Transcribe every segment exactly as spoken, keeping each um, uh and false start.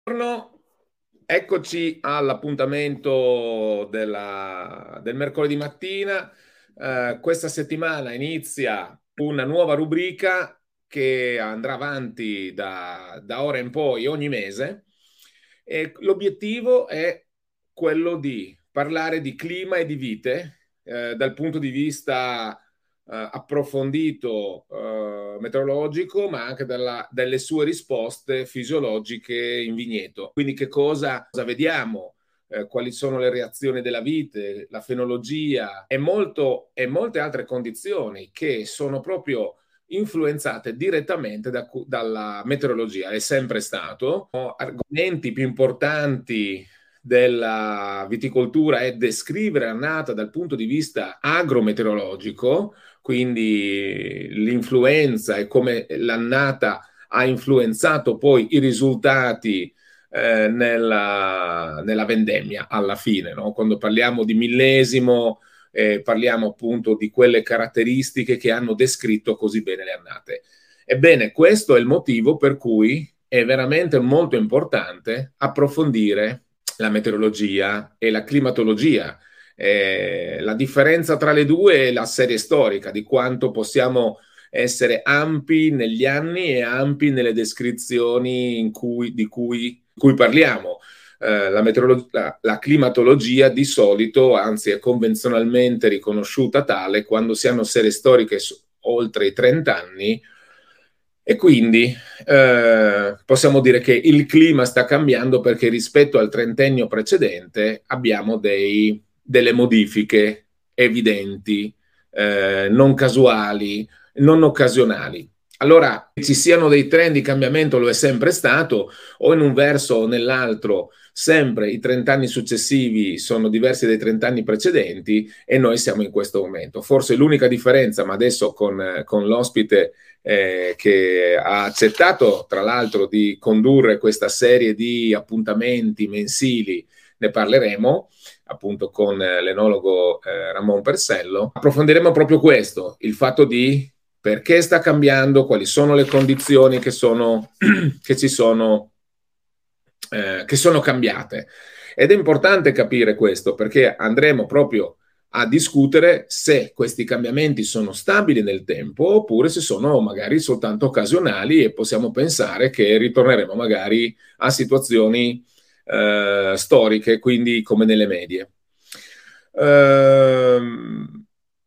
Buongiorno, eccoci all'appuntamento della- del mercoledì mattina. Eh, questa settimana inizia una nuova rubrica che andrà avanti da, da ora in poi ogni mese e l'obiettivo è quello di parlare di clima e di vite eh, dal punto di vista eh, approfondito eh, meteorologico, ma anche dalla- delle sue risposte fisiologiche in vigneto. Quindi che cosa, cosa vediamo? Eh, quali sono le reazioni della vite, la fenologia e, molto, e molte altre condizioni che sono proprio influenzate direttamente da, dalla meteorologia. È sempre stato. Argomenti più importanti della viticoltura è descrivere l'annata dal punto di vista agrometeorologico, quindi l'influenza e come l'annata ha influenzato poi i risultati eh, nella, nella vendemmia alla fine, no? Quando parliamo di millesimo, eh, parliamo appunto di quelle caratteristiche che hanno descritto così bene le annate. Ebbene, questo è il motivo per cui è veramente molto importante approfondire la meteorologia e la climatologia. Eh, la differenza tra le due è la serie storica di quanto possiamo essere ampi negli anni e ampi nelle descrizioni in cui, di cui, cui parliamo. Eh, la, la, la climatologia di solito, anzi è convenzionalmente riconosciuta tale, quando si hanno serie storiche oltre i trenta anni, e quindi eh, possiamo dire che il clima sta cambiando perché rispetto al trentennio precedente abbiamo dei, delle modifiche evidenti, eh, non casuali, non occasionali. Allora, che ci siano dei trend di cambiamento lo è sempre stato, o in un verso o nell'altro, sempre i trenta anni successivi sono diversi dai trenta anni precedenti e noi siamo in questo momento. Forse l'unica differenza, ma adesso con, con l'ospite eh, che ha accettato tra l'altro di condurre questa serie di appuntamenti mensili, ne parleremo appunto con l'enologo eh, Ramon Persello. Approfondiremo proprio questo, il fatto di perché sta cambiando, quali sono le condizioni che, sono, che ci sono, eh, che sono cambiate. Ed è importante capire questo perché andremo proprio a discutere se questi cambiamenti sono stabili nel tempo oppure se sono magari soltanto occasionali e possiamo pensare che ritorneremo magari a situazioni eh, storiche, quindi come nelle medie. Ehm,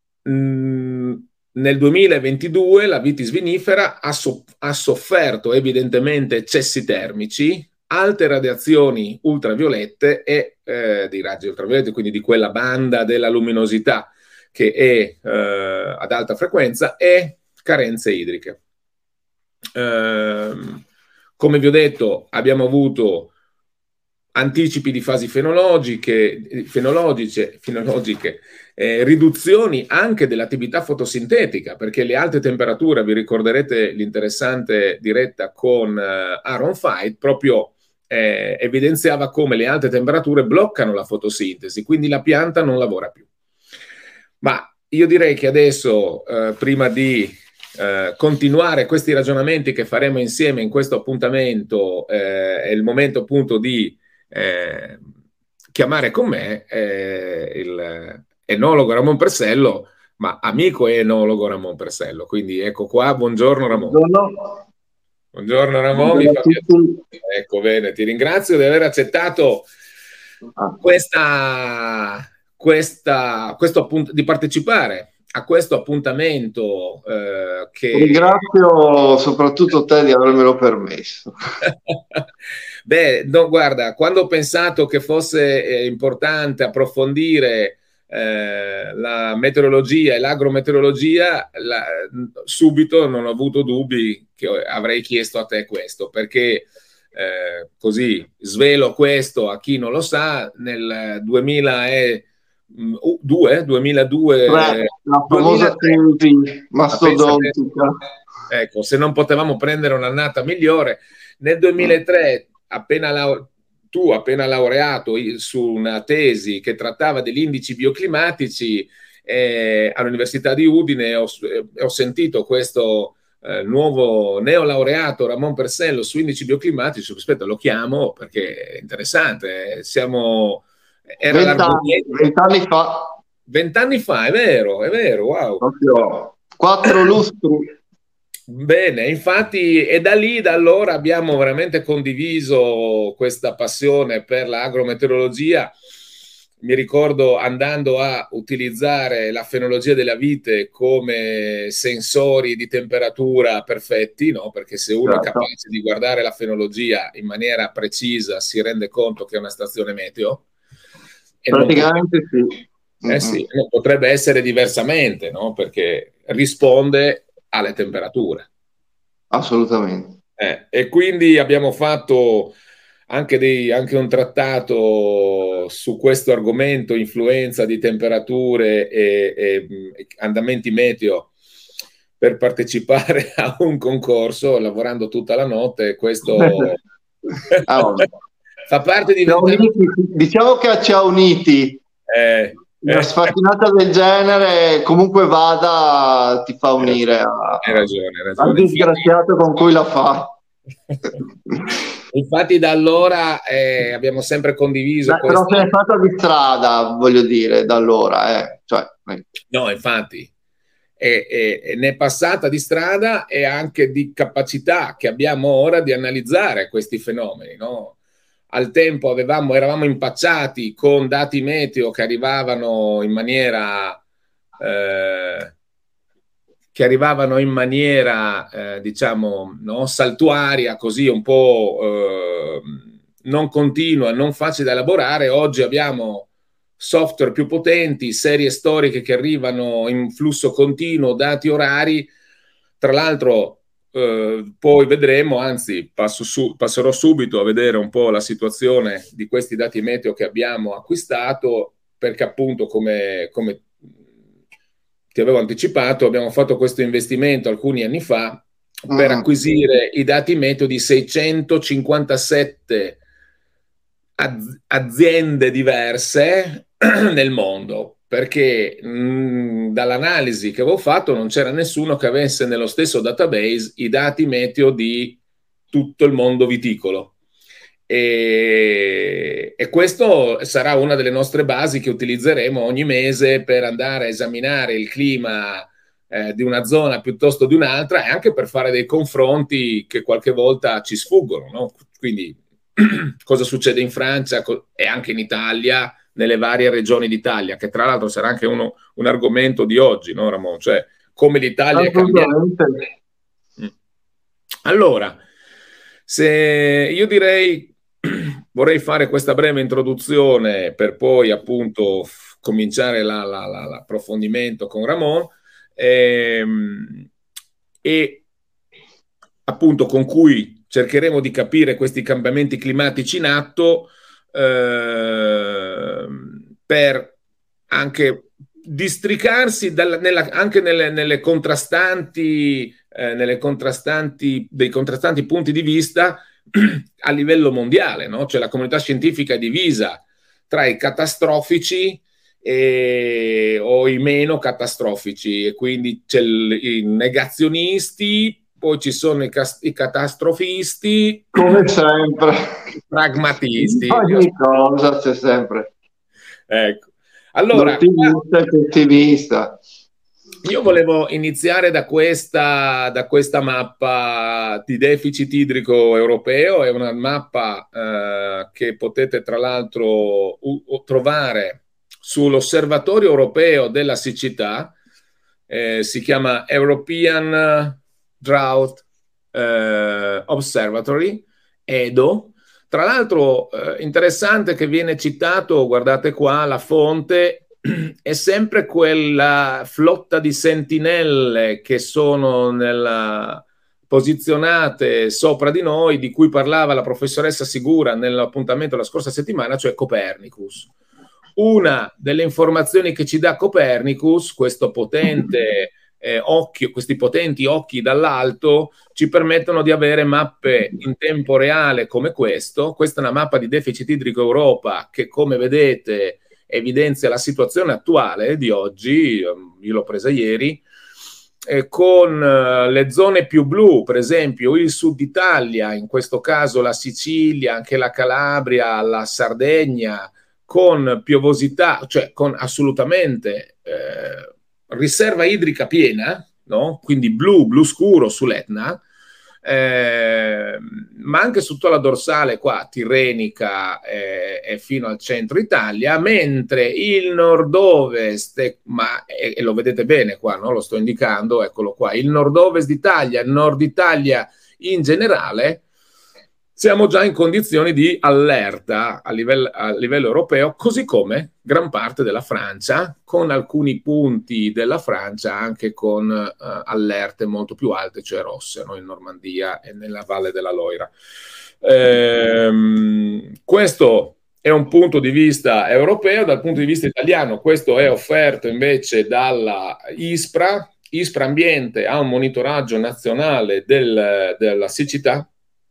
mh, Nel duemilaventidue la vitis vinifera ha, so- ha sofferto evidentemente eccessi termici, alte radiazioni ultraviolette e eh, dei raggi ultravioletti, quindi di quella banda della luminosità che è eh, ad alta frequenza, e carenze idriche. Eh, come vi ho detto, abbiamo avuto anticipi di fasi fenologiche, fenologiche, fenologiche eh, riduzioni anche dell'attività fotosintetica, perché le alte temperature, vi ricorderete l'interessante diretta con eh, Aaron Fight, proprio eh, evidenziava come le alte temperature bloccano la fotosintesi, quindi la pianta non lavora più. Ma io direi che adesso, eh, prima di eh, continuare questi ragionamenti che faremo insieme in questo appuntamento, eh, è il momento appunto di eh, chiamare con me eh, il enologo Ramon Persello, ma amico e enologo Ramon Persello. Quindi ecco qua, buongiorno Ramon. Buongiorno, Buongiorno Ramon, mi buongiorno a fa piacere. tutti. Ecco, bene, ti ringrazio di aver accettato Ah, questa, questa, questo appunt- di partecipare a questo appuntamento eh, che ringrazio soprattutto te di avermelo permesso. Beh, no, guarda, quando ho pensato che fosse eh, importante approfondire eh, la meteorologia e l'agrometeorologia, la- subito non ho avuto dubbi che avrei chiesto a te questo, perché eh, così svelo questo a chi non lo sa, nel duemiladue, Tre, duemiladue, la famosa duemilatré, tesi ma pensate, mastodontica. ecco, se non potevamo prendere un'annata migliore, nel duemilatré, appena lau- tu appena laureato su una tesi che trattava degli indici bioclimatici eh, all'Università di Udine, ho, ho sentito questo eh, nuovo neolaureato Ramon Persello su indici bioclimatici. Aspetta, lo chiamo perché è interessante. Siamo, era Vent'anni, l'argomento vent'anni fa, vent'anni fa, è vero, è vero, wow. proprio quattro lustri. Bene, infatti è da lì, da allora abbiamo veramente condiviso questa passione per l'agrometeorologia. Mi ricordo andando a utilizzare la fenologia della vite come sensori di temperatura perfetti, no? Perché se uno è Certo. capace di guardare la fenologia in maniera precisa si rende conto che è una stazione meteo. E non potrebbe, Praticamente sì. eh Mm-mm. sì, non potrebbe essere diversamente, no? Perché risponde alle temperature. Assolutamente. Eh, e quindi abbiamo fatto anche, dei, anche un trattato su questo argomento, influenza di temperature e, e, e andamenti meteo, per partecipare a un concorso lavorando tutta la notte. Questo Ah, vabbè. fa parte di Ci ha vent'anni. uniti- diciamo che ci ha uniti. Eh, Una eh, sfacchinata del genere, comunque vada, ti fa hai unire ragione, a- hai ragione, hai al ragione. Infatti, disgraziato con cui la fa. infatti da allora eh, abbiamo sempre condiviso Beh, però questa. se n'è fatta di strada, voglio dire, da allora, eh. Cioè, eh. No, infatti, e, e- e ne è passata di strada e anche di capacità che abbiamo ora di analizzare questi fenomeni, no? Al tempo avevamo, eravamo impacciati con dati meteo che arrivavano in maniera, eh, che arrivavano in maniera, eh, diciamo, no, saltuaria, così un po' eh, non continua, non facile da elaborare. Oggi abbiamo software più potenti, serie storiche che arrivano in flusso continuo, dati orari. Tra l'altro, eh, poi vedremo, anzi, passo su, passerò subito a vedere un po' la situazione di questi dati meteo che abbiamo acquistato, perché appunto, come, come ti avevo anticipato, abbiamo fatto questo investimento alcuni anni fa per Mm-mm. acquisire i dati meteo di seicentocinquantasette az- aziende diverse nel mondo, perché mh, dall'analisi che avevo fatto non c'era nessuno che avesse nello stesso database i dati meteo di tutto il mondo viticolo. E, e questo sarà una delle nostre basi che utilizzeremo ogni mese per andare a esaminare il clima eh, di una zona piuttosto di un'altra, e anche per fare dei confronti che qualche volta ci sfuggono, no? Quindi cosa succede in Francia e anche in Italia, nelle varie regioni d'Italia, che tra l'altro sarà anche uno, un argomento di oggi, no, Ramon? Cioè, come l'Italia è cambiata. Assolutamente. Allora, se io direi, vorrei fare questa breve introduzione per poi appunto f- cominciare la- la- la- l'approfondimento con Ramon, ehm, e appunto con cui cercheremo di capire questi cambiamenti climatici in atto, ehm, per anche districarsi dalla- nella- anche nelle, nelle contrastanti, eh, nelle contrastanti, dei contrastanti punti di vista a livello mondiale, no? Cioè la comunità scientifica è divisa tra i catastrofici e, o i meno catastrofici, e quindi c'è il- i negazionisti, poi ci sono i, cas- i catastrofisti, Come sempre. i In pragmatisti. ogni cosa c'è sempre Ecco. Allora, qua l'ottimista e il pessimista. io volevo iniziare da questa, da questa mappa di deficit idrico europeo. È una mappa eh, che potete tra l'altro u- trovare sull'Osservatorio europeo della siccità. Eh, si chiama European Drought eh, Observatory, EDO. Tra l'altro, eh, interessante che viene citato, guardate qua, la fonte è sempre quella flotta di sentinelle che sono nella, posizionate sopra di noi, di cui parlava la professoressa Sigura nell'appuntamento la scorsa settimana, cioè Copernicus. Una delle informazioni che ci dà Copernicus, questo potente eh, occhio, questi potenti occhi dall'alto, ci permettono di avere mappe in tempo reale come questo. Questa è una mappa di deficit idrico Europa che, come vedete, evidenzia la situazione attuale di oggi. Io l'ho presa ieri, eh, con eh, le zone più blu, per esempio il sud Italia, in questo caso la Sicilia, anche la Calabria, la Sardegna, con piovosità, cioè con assolutamente eh, riserva idrica piena, no? Quindi blu, blu scuro sull'Etna, eh, ma anche su tutta la dorsale qua, tirrenica eh, e fino al centro Italia, mentre il nord-ovest, eh, ma, e, e lo vedete bene qua, no? Lo sto indicando, eccolo qua, il nord-ovest d'Italia, il nord Italia in generale, siamo già in condizioni di allerta a livello, a livello europeo, così come gran parte della Francia, con alcuni punti della Francia anche con uh, allerte molto più alte, cioè rosse, no? In Normandia e nella Valle della Loira. Ehm, questo è un punto di vista europeo. Dal punto di vista italiano, questo è offerto invece dalla ISPRA. ISPRA Ambiente ha un monitoraggio nazionale del, della siccità,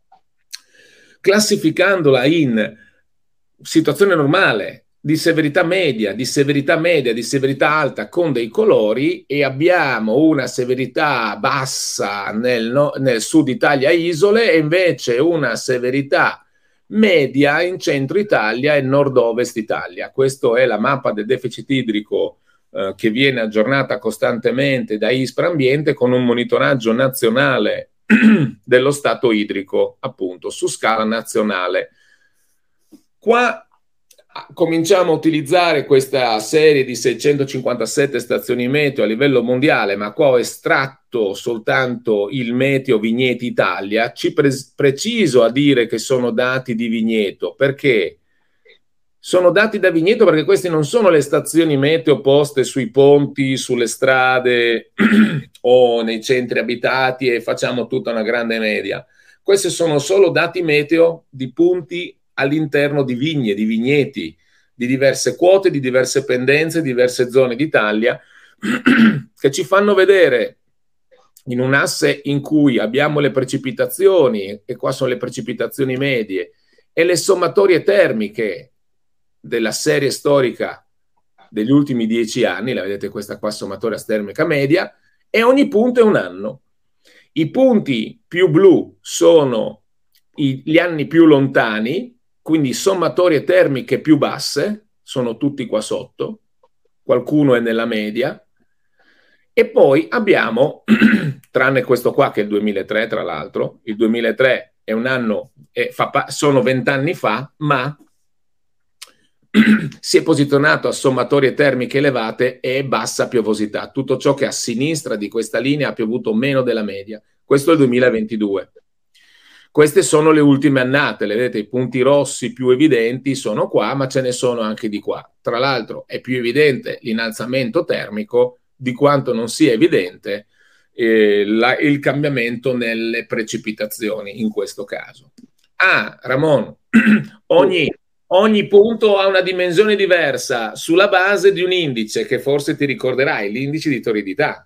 classificandola in situazione normale, di severità media, di severità media, di severità alta con dei colori, e abbiamo una severità bassa nel, no, nel sud Italia isole e invece una severità media in centro Italia e nord-ovest Italia. Questa è la mappa del deficit idrico eh, che viene aggiornata costantemente da ISPRA Ambiente con un monitoraggio nazionale dello stato idrico, appunto, su scala nazionale. Qua cominciamo a utilizzare questa serie di seicentocinquantasette stazioni meteo a livello mondiale, ma qua ho estratto soltanto il Meteo Vigneti Italia. Ci pre preciso a dire che sono dati di vigneto, perché sono dati da vigneto perché queste non sono le stazioni meteo poste sui ponti, sulle strade o nei centri abitati e facciamo tutta una grande media. Questi sono solo dati meteo di punti all'interno di vigne, di vigneti, di diverse quote, di diverse pendenze, diverse zone d'Italia, che ci fanno vedere in un asse in cui abbiamo le precipitazioni, e qua sono le precipitazioni medie, e le sommatorie termiche della serie storica degli ultimi dieci anni, la vedete questa qua, sommatoria termica media, e ogni punto è un anno. I punti più blu sono i, gli anni più lontani, quindi sommatorie termiche più basse, sono tutti qua sotto, qualcuno è nella media, e poi abbiamo, tranne questo qua che è il duemilatré tra l'altro, il duemilatré è un anno, è, fa, sono vent'anni fa, ma si è posizionato a sommatorie termiche elevate e bassa piovosità. Tutto ciò che a sinistra di questa linea ha piovuto meno della media. Questo è il duemilaventidue. Queste sono le ultime annate, le vedete, i punti rossi più evidenti sono qua, ma ce ne sono anche di qua. Tra l'altro è più evidente l'innalzamento termico di quanto non sia evidente eh, la, il cambiamento nelle precipitazioni in questo caso. Ah, Ramon, ogni... Ogni punto ha una dimensione diversa sulla base di un indice che forse ti ricorderai, l'indice di toridità.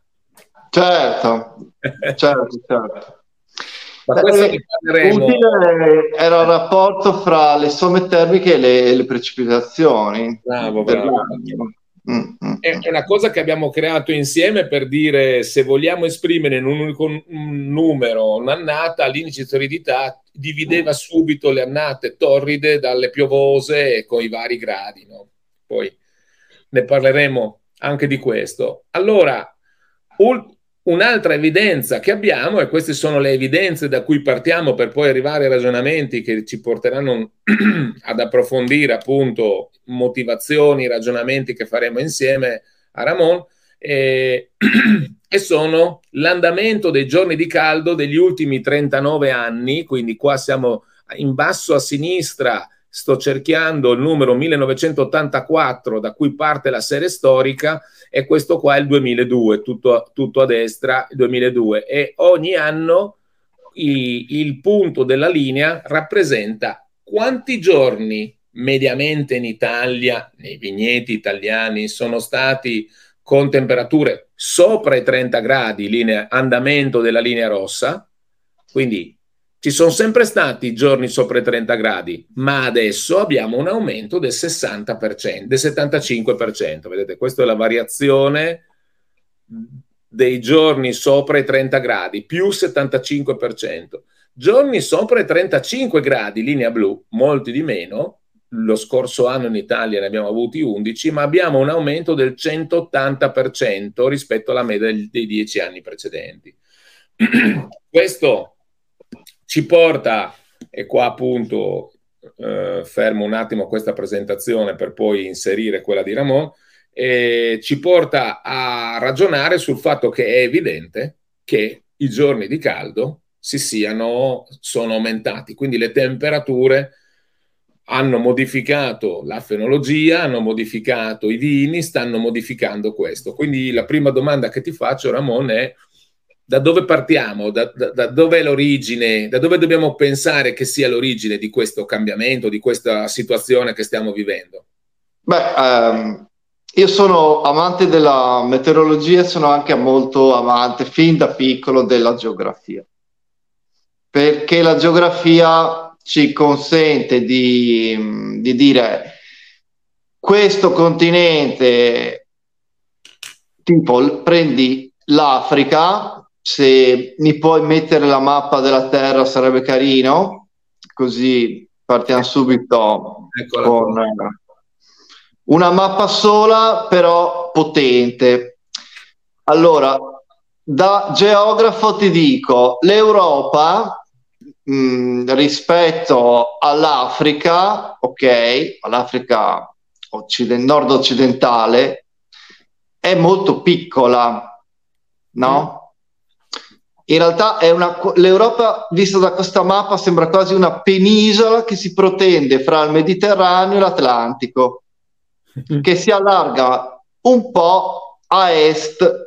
Certo, certo, certo. Ma questo ne parleremo. Utile era il rapporto fra le somme termiche e le, le precipitazioni. Bravo, bravo. Mm, mm, è, è una cosa che abbiamo creato insieme per dire, se vogliamo esprimere in un unico numero un'annata, l'indice di toridità divideva subito le annate torride dalle piovose con i vari gradi, no? Poi ne parleremo anche di questo. Allora, un'altra evidenza che abbiamo, e queste sono le evidenze da cui partiamo per poi arrivare ai ragionamenti che ci porteranno ad approfondire appunto motivazioni, ragionamenti che faremo insieme a Ramon, e, e sono l'andamento dei giorni di caldo degli ultimi trentanove anni, quindi qua siamo in basso a sinistra, sto cerchiando il numero millenovecentottantaquattro da cui parte la serie storica, e questo qua è il duemiladue, tutto, tutto a destra, il duemiladue, e ogni anno i, il punto della linea rappresenta quanti giorni mediamente in Italia, nei vigneti italiani, sono stati con temperature sopra i trenta gradi, linea, andamento della linea rossa, quindi ci sono sempre stati giorni sopra i trenta gradi, ma adesso abbiamo un aumento del sessanta per cento, del settantacinque per cento. Vedete, questa è la variazione dei giorni sopra i trenta gradi, più settantacinque per cento. Giorni sopra i trentacinque gradi, linea blu, molti di meno. Lo scorso anno in Italia ne abbiamo avuti undici, ma abbiamo un aumento del centottanta per cento rispetto alla media dei dieci anni precedenti. Questo ci porta, e qua appunto eh, fermo un attimo questa presentazione per poi inserire quella di Ramon, eh, ci porta a ragionare sul fatto che è evidente che i giorni di caldo si siano, sono aumentati, quindi le temperature hanno modificato la fenologia, hanno modificato i vini, stanno modificando questo. Quindi la prima domanda che ti faccio, Ramon, è: da dove partiamo? Da, da, da dove è l'origine? Da dove dobbiamo pensare che sia l'origine di questo cambiamento, di questa situazione che stiamo vivendo? Beh, ehm, io sono amante della meteorologia e sono anche molto amante, fin da piccolo, della geografia. Perché la geografia ci consente di, di dire questo continente, tipo prendi l'Africa, se mi puoi mettere la mappa della Terra sarebbe carino, così partiamo subito Eccola con qua. una mappa sola però potente. Allora, da geografo ti dico, l'Europa mh, rispetto all'Africa, ok, all'Africa occiden- nord-occidentale, è molto piccola, no? In realtà è una, l'Europa, vista da questa mappa, sembra quasi una penisola che si protende fra il Mediterraneo e l'Atlantico, che si allarga un po' a est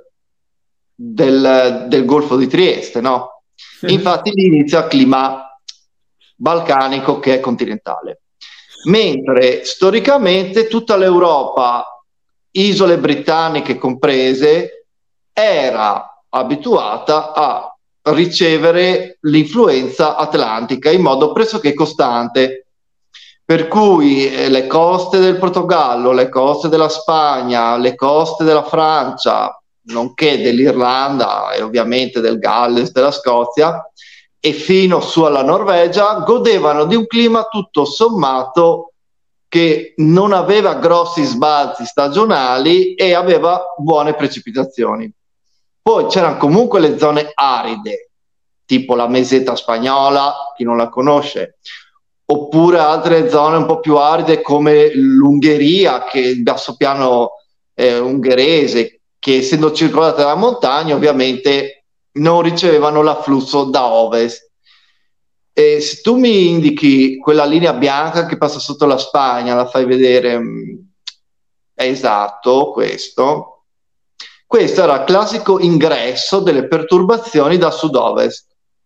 del, del Golfo di Trieste, no? Infatti lì inizia il clima balcanico che è continentale. Mentre storicamente tutta l'Europa, isole britanniche comprese, era abituata a ricevere l'influenza atlantica in modo pressoché costante. Per cui eh, le coste del Portogallo, le coste della Spagna, le coste della Francia, nonché dell'Irlanda e ovviamente del Galles, della Scozia, e fino su alla Norvegia, godevano di un clima tutto sommato che non aveva grossi sbalzi stagionali e aveva buone precipitazioni. Poi c'erano comunque le zone aride, tipo la meseta spagnola, chi non la conosce, oppure altre zone un po' più aride come l'Ungheria, che è il bassopiano eh, ungherese, che essendo circondate dalla montagna ovviamente non ricevevano l'afflusso da ovest. E se tu mi indichi quella linea bianca che passa sotto la Spagna, la fai vedere, mh, è esatto questo. Questo era il classico ingresso delle perturbazioni da sud-ovest.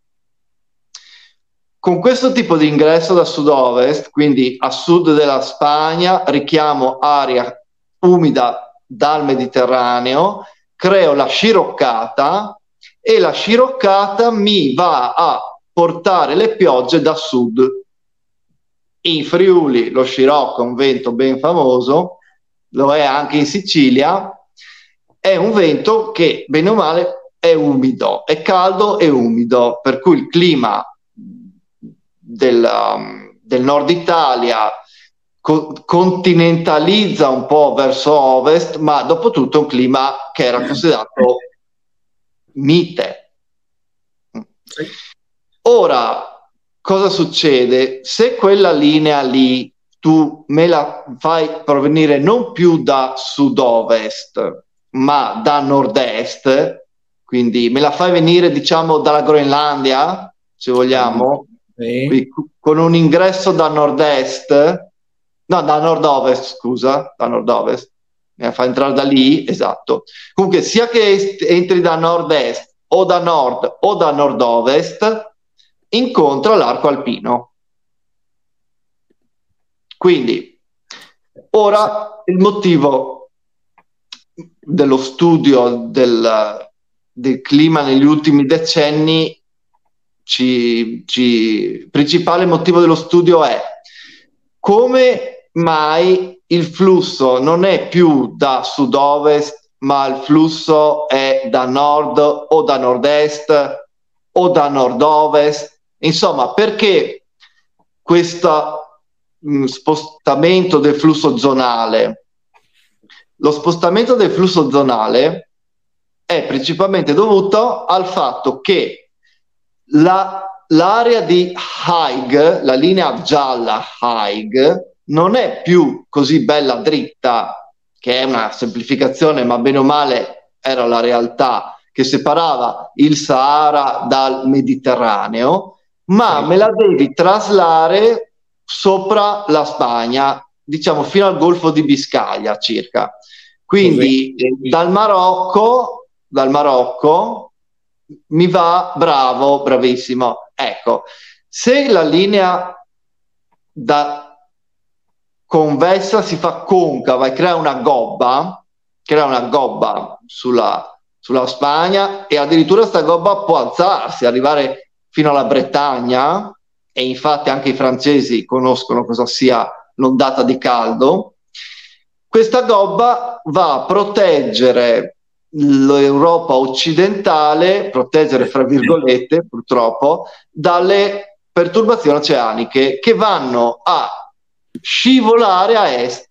Con questo tipo di ingresso da sud-ovest, quindi a sud della Spagna, richiamo aria umida dal Mediterraneo, creo la sciroccata e la sciroccata mi va a portare le piogge da sud. In Friuli lo scirocco è un vento ben famoso, lo è anche in Sicilia. È un vento che, bene o male, è umido, è caldo e umido, per cui il clima del, um, del nord Italia co- continentalizza un po' verso ovest, ma dopo tutto è un clima che era considerato mite. Ora, cosa succede? Se quella linea lì tu me la fai provenire non più da sud-ovest, ma da nord-est, quindi me la fai venire, diciamo, dalla Groenlandia, se vogliamo, sì. con un ingresso da nord-est, no, da nord-ovest, scusa, da nord-ovest, me la fa entrare da lì, esatto. Comunque, sia che entri da nord-est, o da nord, o da nord-ovest, incontra l'arco alpino. Quindi, ora il motivo dello studio del, del clima negli ultimi decenni, ci, ci, principale motivo dello studio è come mai il flusso non è più da sud-ovest ma il flusso è da nord o da nord-est o da nord-ovest. Insomma, perché questo mh, spostamento del flusso zonale? Lo spostamento del flusso zonale è principalmente dovuto al fatto che la, l'area di Haig, la linea gialla Haig, non è più così bella dritta, che è una semplificazione, ma bene o male era la realtà, che separava il Sahara dal Mediterraneo, ma me la devi traslare sopra la Spagna, diciamo fino al Golfo di Biscaglia circa. Quindi eh, dal Marocco, dal Marocco mi va bravo, bravissimo. Ecco, se la linea da convessa si fa concava e crea una gobba, crea una gobba sulla, sulla Spagna, e addirittura questa gobba può alzarsi, arrivare fino alla Bretagna, e infatti anche i francesi conoscono cosa sia l'ondata di caldo. Questa gobba va a proteggere l'Europa occidentale, proteggere fra virgolette purtroppo, dalle perturbazioni oceaniche che vanno a scivolare a est.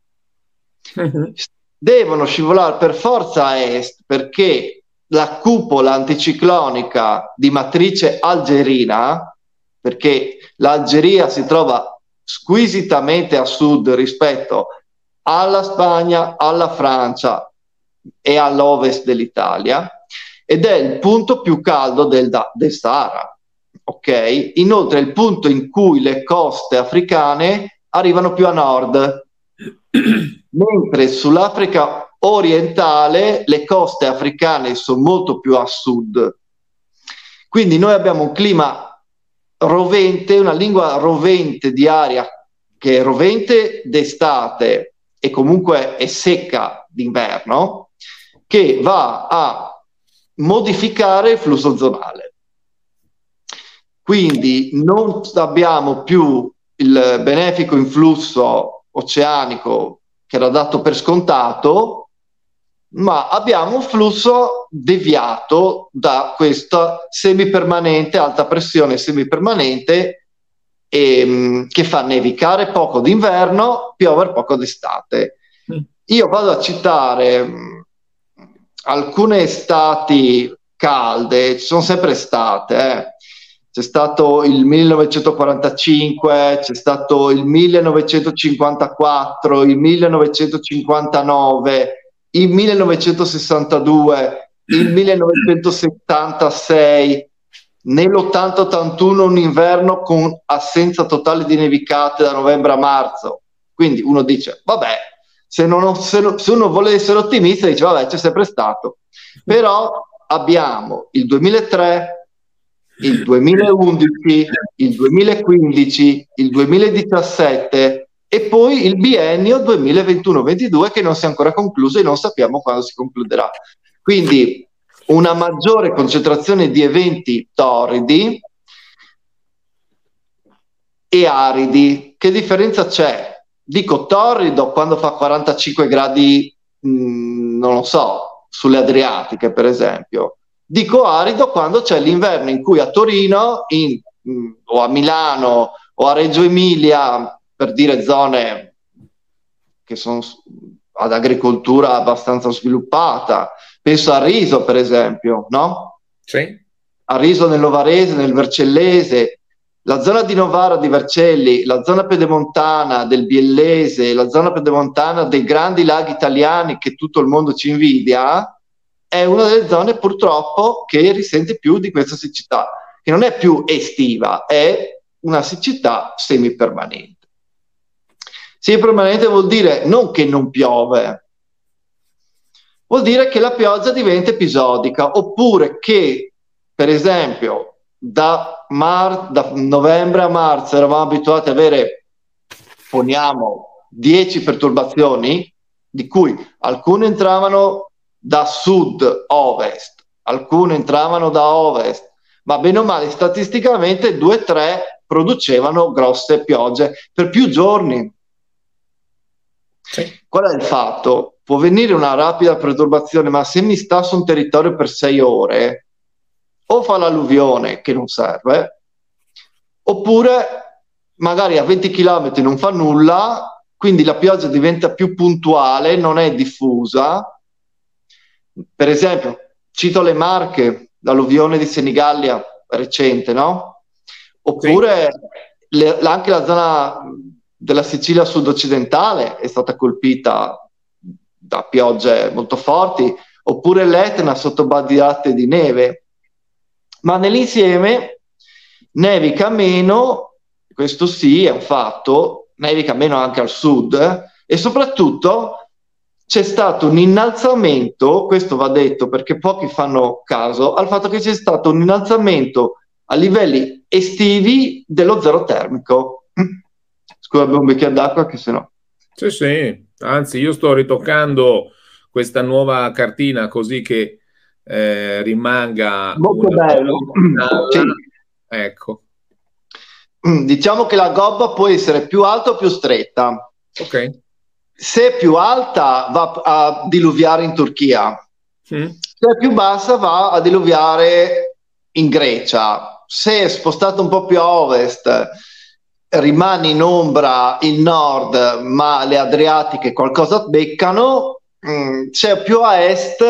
Devono scivolare per forza a est, perché la cupola anticiclonica di matrice algerina, perché l'Algeria si trova squisitamente a sud rispetto alla Spagna, alla Francia e all'ovest dell'Italia, ed è il punto più caldo del, del Sahara. Ok? Inoltre è il punto in cui le coste africane arrivano più a nord, mentre sull'Africa orientale le coste africane sono molto più a sud. Quindi noi abbiamo un clima rovente, una lingua rovente di aria che è rovente d'estate e comunque è secca d'inverno, che va a modificare il flusso zonale. Quindi non abbiamo più il benefico influsso oceanico che era dato per scontato, ma abbiamo un flusso deviato da questa semipermanente, alta pressione semipermanente, e, che fa nevicare poco d'inverno, piovere poco d'estate. Mm. Io vado a citare mh, alcune estati calde, ci sono sempre state, eh. C'è stato il millenovecentoquarantacinque, c'è stato il millenovecentocinquantaquattro, il millenovecentocinquantanove, il millenovecentosessantadue, il millenovecentosettantasei, nell'ottanta ottantuno un inverno con assenza totale di nevicate da novembre a marzo. Quindi uno dice, vabbè, se, non, se, se uno vuole essere ottimista dice, vabbè, c'è sempre stato. Però abbiamo il duemilatré, il duemilaundici, il duemilaquindici, il duemiladiciassette e poi il biennio duemilaventuno ventidue che non si è ancora concluso e non sappiamo quando si concluderà. Quindi una maggiore concentrazione di eventi torridi e aridi. Che differenza c'è? Dico torrido quando fa quarantacinque gradi, mh, non lo so, sulle Adriatiche per esempio. Dico arido quando c'è l'inverno in cui a Torino in, mh, o a Milano o a Reggio Emilia, per dire zone che sono ad agricoltura abbastanza sviluppata, penso a Riso per esempio, no? Sì. A Riso nel Novarese, nel Vercellese, la zona di Novara di Vercelli, la zona pedemontana del Biellese, la zona pedemontana dei grandi laghi italiani che tutto il mondo ci invidia, è una delle zone purtroppo che risente più di questa siccità, che non è più estiva, è una siccità semipermanente. Semipermanente vuol dire non che non piove, vuol dire che la pioggia diventa episodica, oppure che, per esempio, da, mar- da novembre a marzo eravamo abituati ad avere, poniamo, dieci perturbazioni, di cui alcune entravano da sud-ovest, alcune entravano da ovest, ma bene o male statisticamente due o tre producevano grosse piogge per più giorni. Sì. Qual è il fatto? Può venire una rapida perturbazione, ma se mi sta su un territorio per sei ore, o fa l'alluvione che non serve, oppure magari a venti chilometri non fa nulla, quindi la pioggia diventa più puntuale, non è diffusa. Per esempio, cito le Marche, l'alluvione di Senigallia recente, no? Oppure sì. le, anche la zona della Sicilia sud-occidentale è stata colpita da piogge molto forti, oppure l'Etna sotto badiate di neve. Ma nell'insieme nevica meno, questo sì è un fatto, nevica meno anche al sud, eh, e soprattutto c'è stato un innalzamento, questo va detto perché pochi fanno caso, al fatto che c'è stato un innalzamento a livelli estivi dello zero termico. Scusa, bevo un bicchiere d'acqua che se no... Sì, sì, anzi io sto ritoccando questa nuova cartina così che eh, rimanga molto una bello. Sì. Ecco. Diciamo che la gobba può essere più alta o più stretta. Ok. Se è più alta va a diluviare in Turchia, mm. se è più bassa va a diluviare in Grecia. Se è spostata un po' più a ovest rimane in ombra il nord, ma le Adriatiche qualcosa beccano. Mm, se è più a est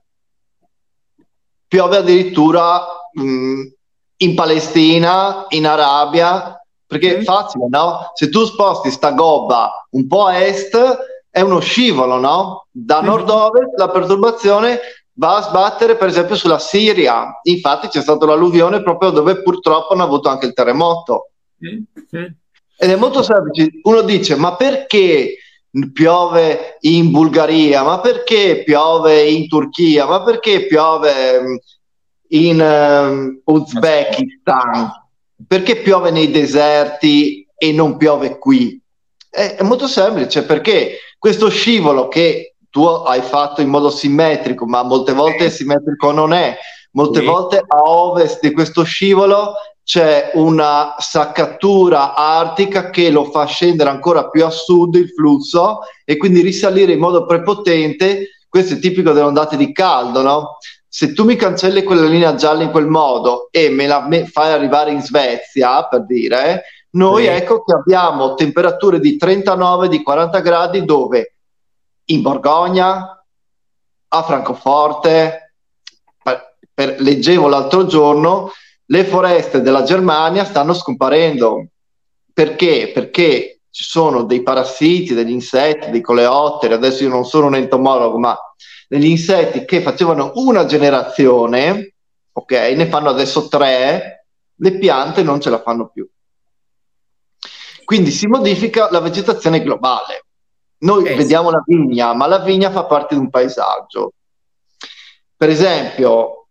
piove addirittura mm, in Palestina, in Arabia, perché è facile, no? Se tu sposti sta gobba un po' a est è uno scivolo, no? Da nord-ovest la perturbazione va a sbattere per esempio sulla Siria. Infatti c'è stata l'alluvione proprio dove purtroppo hanno avuto anche il terremoto. Mm-hmm. Ed è molto semplice. Uno dice, ma perché piove in Bulgaria? Ma perché piove in Turchia? Ma perché piove in um, Uzbekistan? Perché piove nei deserti e non piove qui? È, è molto semplice, perché questo scivolo che tu hai fatto in modo simmetrico, ma molte volte simmetrico non è, molte sì. volte a ovest di questo scivolo c'è una saccatura artica che lo fa scendere ancora più a sud il flusso e quindi risalire in modo prepotente. Questo è tipico delle ondate di caldo, no? Se tu mi cancelli quella linea gialla in quel modo e me la me fai arrivare in Svezia, per dire, noi sì. ecco che abbiamo temperature di trentanove, di quaranta gradi, dove in Borgogna, a Francoforte, per, per, leggevo l'altro giorno, le foreste della Germania stanno scomparendo. Perché? Perché ci sono dei parassiti, degli insetti, dei coleotteri, adesso io non sono un entomologo, ma degli insetti che facevano una generazione, ok, ne fanno adesso tre, le piante non ce la fanno più. Quindi si modifica la vegetazione globale. Noi eh, vediamo sì. la vigna, ma la vigna fa parte di un paesaggio. Per esempio,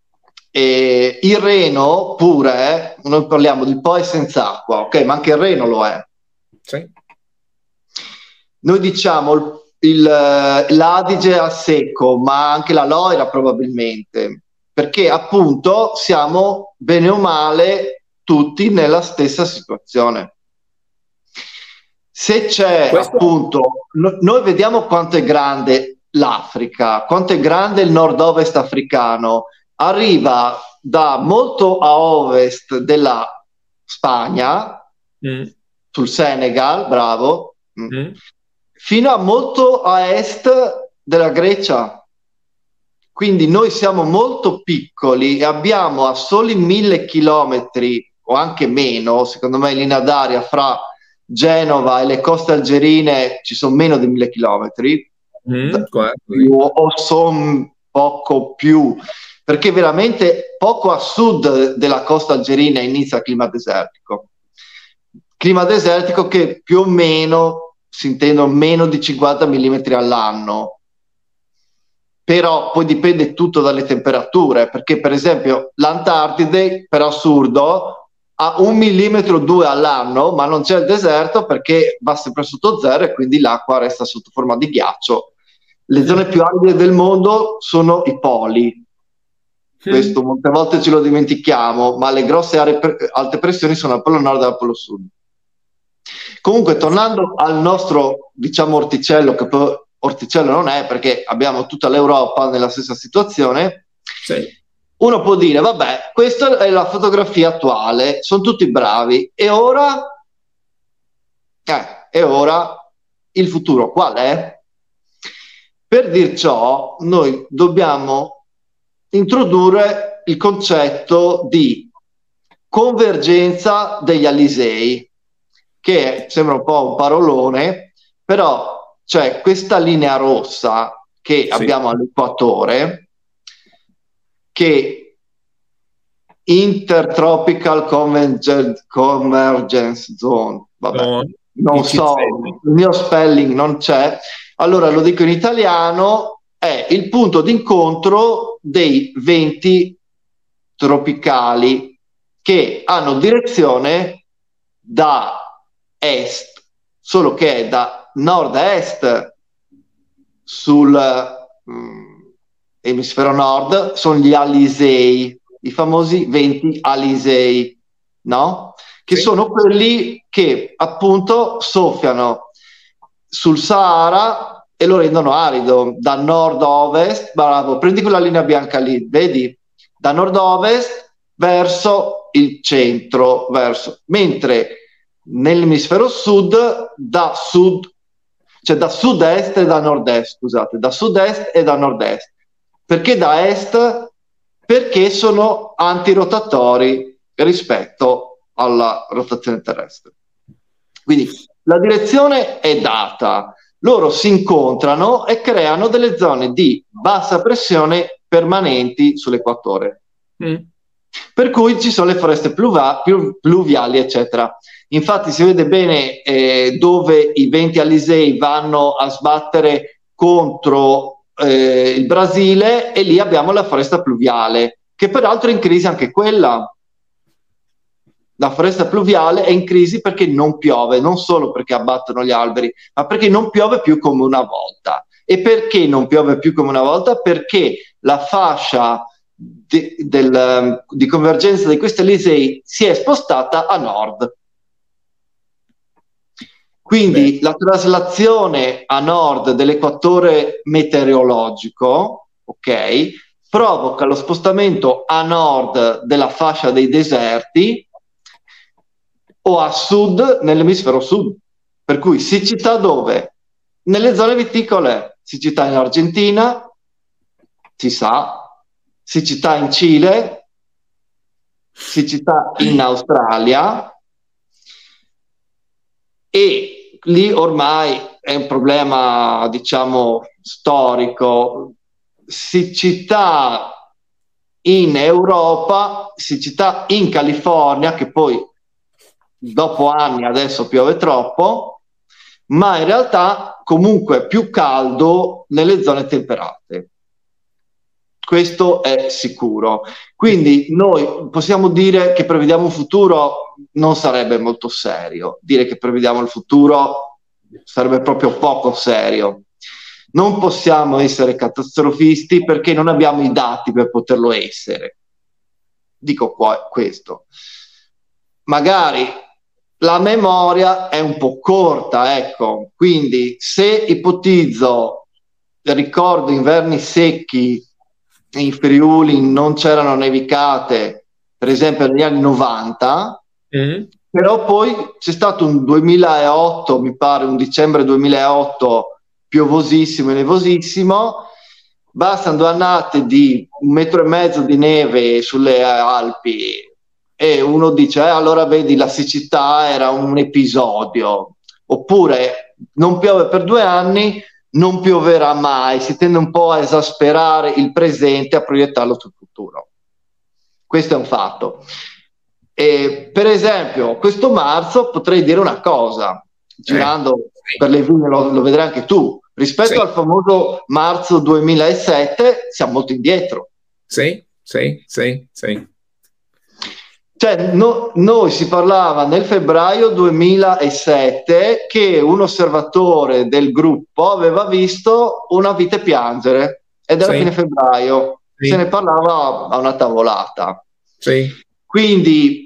eh, il Reno pure, eh, noi parliamo di Po e senza acqua, ok, ma anche il Reno lo è. Sì. Noi diciamo il, l'Adige a secco, ma anche la Loira probabilmente, perché appunto siamo bene o male tutti nella stessa situazione. Se c'è Questo... appunto, no, noi vediamo quanto è grande l'Africa, quanto è grande il nord-ovest africano, arriva da molto a ovest della Spagna, mm. sul Senegal, bravo, mm. fino a molto a est della Grecia. Quindi noi siamo molto piccoli e abbiamo a soli mille chilometri o anche meno, secondo me in linea d'aria, fra Genova e le coste algerine ci sono meno di mille chilometri, mm, o, o sono poco più, perché veramente poco a sud della costa algerina inizia il clima desertico. Clima desertico che più o meno si intendono meno di cinquanta millimetri all'anno, però poi dipende tutto dalle temperature, perché per esempio l'Antartide, per assurdo, ha un millimetro o due all'anno, ma non c'è il deserto perché va sempre sotto zero e quindi l'acqua resta sotto forma di ghiaccio. Le zone più aride del mondo sono i poli. Questo molte volte ce lo dimentichiamo, ma le grosse aree pre- alte pressioni sono al polo nord e al polo sud. Comunque, tornando al nostro, diciamo, orticello, che poi orticello non è, perché abbiamo tutta l'Europa nella stessa situazione, Sì. uno può dire, vabbè, questa è la fotografia attuale, sono tutti bravi, e ora? Eh, e ora il futuro qual è? Per dir ciò, noi dobbiamo introdurre il concetto di convergenza degli alisei, che sembra un po' un parolone, però c'è questa linea rossa che Sì. abbiamo all'equatore, che Intertropical Convergence, Convergence Zone, vabbè, No, non so, il mio spelling non c'è, allora lo dico in italiano, è il punto d'incontro dei venti tropicali che hanno direzione da est, solo che è da nord a est sul mm, emisfero nord, sono gli alisei, i famosi venti alisei, no? Che Sì. sono quelli che appunto soffiano sul Sahara e lo rendono arido da nord a ovest. Bravo, prendi quella linea bianca lì, vedi? Da nord a ovest verso il centro, verso, mentre nell'emisfero sud da sud, cioè da sud-est e da nord-est, scusate, da sud-est e da nord-est. Perché da est? Perché sono antirotatori rispetto alla rotazione terrestre. Quindi la direzione è data, loro si incontrano e creano delle zone di bassa pressione permanenti sull'equatore. Mm. Per cui ci sono le foreste pluva- più pluviali, eccetera. Infatti si vede bene eh, dove i venti alisei vanno a sbattere contro eh, il Brasile, e lì abbiamo la foresta pluviale, che peraltro è in crisi anche quella. La foresta pluviale è in crisi perché non piove, non solo perché abbattono gli alberi, ma perché non piove più come una volta. E perché non piove più come una volta? Perché la fascia di, del, di convergenza di questi alisei si è spostata a nord. Quindi Beh. la traslazione a nord dell'equatore meteorologico, ok, provoca lo spostamento a nord della fascia dei deserti o a sud nell'emisfero sud. Per cui siccità dove? Nelle zone viticole, siccità in Argentina, si sa, siccità in Cile, siccità in Australia, e lì ormai è un problema, diciamo, storico. Siccità in Europa, siccità in California, che poi dopo anni adesso piove troppo, ma in realtà comunque più caldo nelle zone temperate. Questo è sicuro. Quindi noi possiamo dire che prevediamo un futuro, non sarebbe molto serio. Dire che prevediamo il futuro sarebbe proprio poco serio. Non possiamo essere catastrofisti perché non abbiamo i dati per poterlo essere. Dico qua questo. Magari la memoria è un po' corta, ecco. Quindi se ipotizzo, ricordo inverni secchi in Friuli, non c'erano nevicate, per esempio negli anni novanta, mm. però poi c'è stato un duemilaotto, mi pare, un dicembre duemilaotto piovosissimo e nevosissimo, bastano due annate di un metro e mezzo di neve sulle Alpi e uno dice, eh, allora vedi, la siccità era un episodio, oppure non piove per due anni, non pioverà mai, si tende un po' a esasperare il presente, a proiettarlo sul futuro. Questo è un fatto. E, per esempio, questo marzo potrei dire una cosa, girando eh, sì. per le vigne, lo, lo vedrai anche tu, rispetto sì. al famoso marzo duemilasette siamo molto indietro. Sì, sì, sì, sì. Cioè, no, noi si parlava nel febbraio duemilasette che un osservatore del gruppo aveva visto una vite piangere ed era sì. fine febbraio, sì. se ne parlava a una tavolata. Sì. Quindi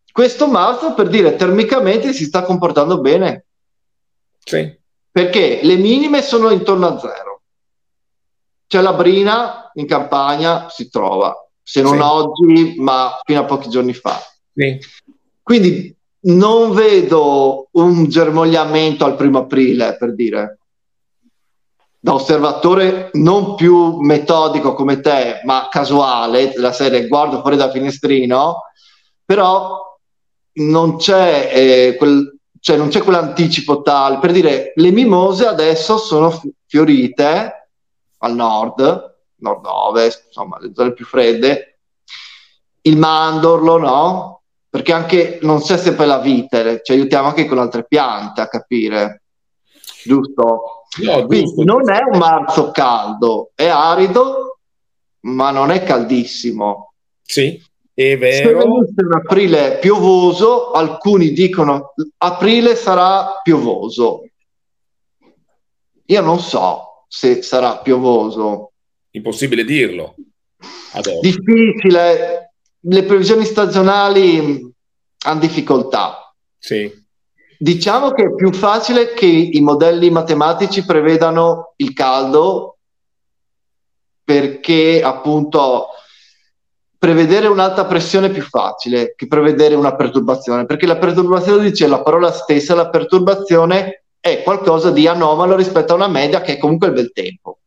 questo marzo, per dire, termicamente si sta comportando bene. Sì. Perché le minime sono intorno a zero. C'è la brina in campagna, si trova, se non Sì. oggi, ma fino a pochi giorni fa. Sì. Quindi non vedo un germogliamento al primo aprile, per dire. Da osservatore non più metodico come te, ma casuale, della serie guardo fuori dal finestrino, però non c'è eh, quel, cioè non c'è quell'anticipo tale. Per dire, le mimose adesso sono fiorite al nord, nord-ovest, insomma, le zone più fredde. Il mandorlo, no? Perché anche non c'è sempre la vite, ci aiutiamo anche con altre piante a capire, giusto? No, Quindi giusto, non giusto. è un marzo caldo, è arido, ma non è caldissimo. Sì, è Se vero. venisse un aprile piovoso, alcuni dicono aprile sarà piovoso. Io non so se sarà piovoso. Impossibile dirlo ad oggi. Difficile, le previsioni stagionali hanno difficoltà. Sì. Diciamo che è più facile che i modelli matematici prevedano il caldo, perché appunto prevedere un'alta pressione è più facile che prevedere una perturbazione, perché la perturbazione, dice la parola stessa, la perturbazione è qualcosa di anomalo rispetto a una media che è comunque il bel tempo.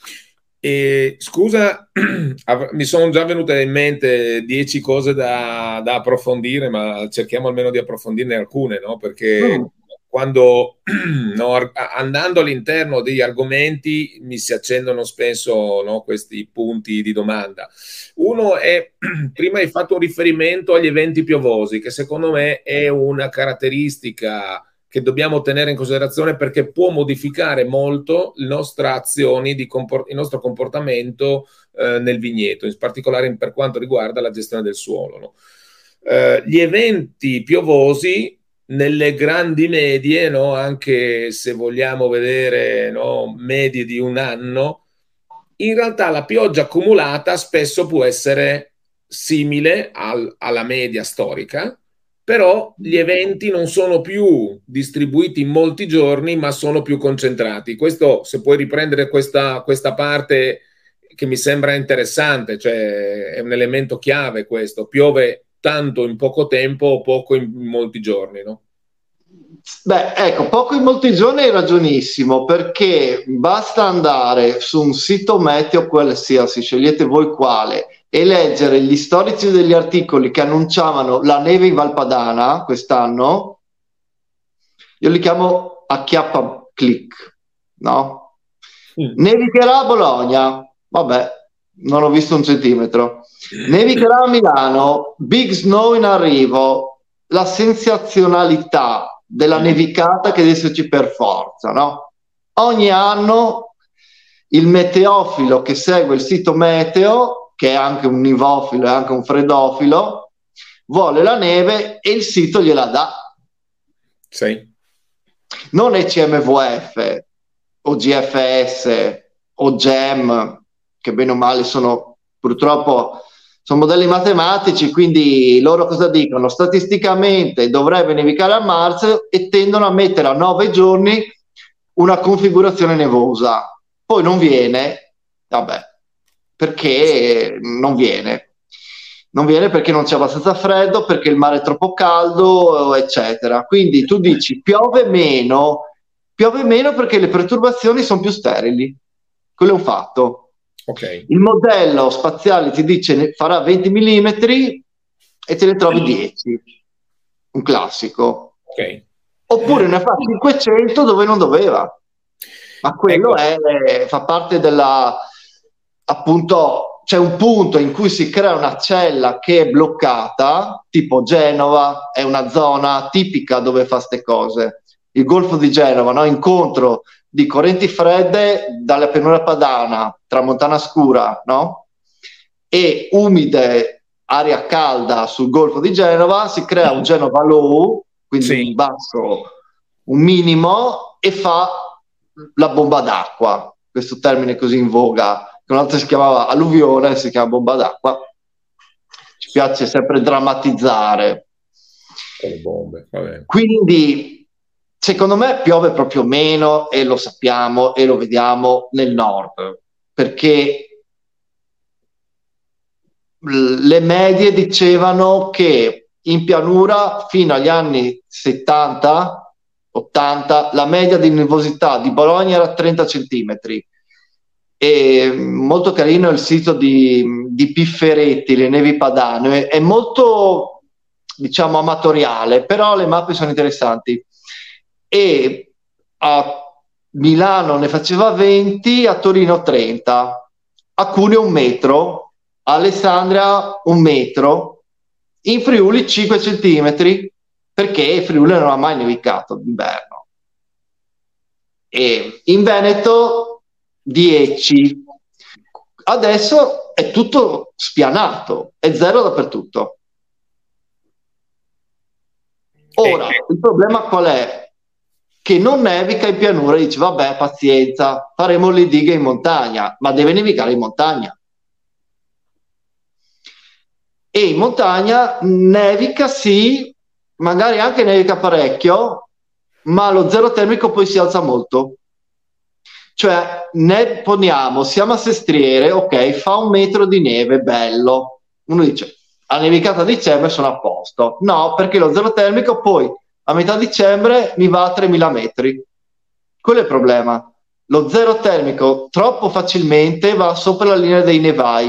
E, scusa, mi sono già venute in mente dieci cose da, da approfondire, ma cerchiamo almeno di approfondirne alcune, no? Perché Mm. quando no, andando all'interno degli argomenti mi si accendono spesso, no, questi punti di domanda. Uno è, prima hai fatto un riferimento agli eventi piovosi, che secondo me è una caratteristica che dobbiamo tenere in considerazione perché può modificare molto le nostre azioni, di comport- il nostro comportamento eh, nel vigneto, in particolare per quanto riguarda la gestione del suolo. No? Eh, gli eventi piovosi nelle grandi medie, no? Anche se vogliamo vedere, no, medie di un anno, in realtà la pioggia accumulata spesso può essere simile al- alla media storica, però gli eventi non sono più distribuiti in molti giorni, ma sono più concentrati. Questo, se puoi riprendere questa, questa parte che mi sembra interessante, cioè è un elemento chiave questo, piove tanto in poco tempo o poco in molti giorni, no? Beh, ecco, poco in molti giorni hai ragionissimo, perché basta andare su un sito meteo qualsiasi, scegliete voi quale, e leggere gli storici degli articoli che annunciavano la neve in Valpadana quest'anno. Io li chiamo acchiappa click, no? Mm. Nevicherà a Bologna, vabbè, non ho visto un centimetro. Nevicherà a Milano, big snow in arrivo, la sensazionalità della nevicata che adesso ci per forza, no? Ogni anno il meteofilo che segue il sito meteo, che è anche un nivofilo e anche un freddofilo, vuole la neve e il sito gliela dà. Sì. Non è C M V F o G F S o GEM, che bene o male sono purtroppo sono modelli matematici, quindi loro cosa dicono? Statisticamente dovrebbe nevicare a marzo e tendono a mettere a nove giorni una configurazione nevosa. Poi non viene, vabbè, perché non viene. Non viene perché non c'è abbastanza freddo, perché il mare è troppo caldo, eccetera. Quindi tu dici piove meno, piove meno perché le perturbazioni sono più sterili. Quello è un fatto. Ok. Il modello spaziale ti dice ne farà venti millimetri e te ne trovi dieci. Un classico. Ok. Oppure ne fa cinquecento dove non doveva. Ma quello Ecco. è, fa parte della, appunto, c'è un punto in cui si crea una cella che è bloccata, tipo Genova, è una zona tipica dove fa ste cose. Il Golfo di Genova, no? Incontro di correnti fredde dalla pianura padana, tramontana scura, no? E umide, aria calda sul Golfo di Genova, si crea un Genova low, quindi Sì. un basso, un minimo, e fa la bomba d'acqua, questo termine così in voga, che una volta si chiamava alluvione, si chiama bomba d'acqua. Ci piace sempre drammatizzare. Con le bombe, va bene. Quindi, secondo me, piove proprio meno e lo sappiamo e lo vediamo nel nord, perché le medie dicevano che in pianura fino agli anni settanta ottanta la media di nevosità di Bologna era trenta centimetri. E molto carino il sito di, di Pifferetti, le nevi padane, è molto, diciamo, amatoriale, però le mappe sono interessanti. E a Milano ne faceva venti, a Torino trenta, a Cuneo un metro, a Alessandria un metro, in Friuli cinque centimetri, perché Friuli non ha mai nevicato d'inverno. E in Veneto dieci. Adesso è tutto spianato, è zero dappertutto. Ora, il problema qual è? Che non nevica in pianura, dici vabbè, pazienza, faremo le dighe in montagna, ma deve nevicare in montagna. E in montagna nevica sì, magari anche nevica parecchio, ma lo zero termico poi si alza molto. Cioè, ne poniamo, siamo a Sestriere, ok, fa un metro di neve, bello. Uno dice, a nevicata a dicembre sono a posto. No, perché lo zero termico poi a metà dicembre mi va a tremila metri. Quello è il problema. Lo zero termico troppo facilmente va sopra la linea dei nevai,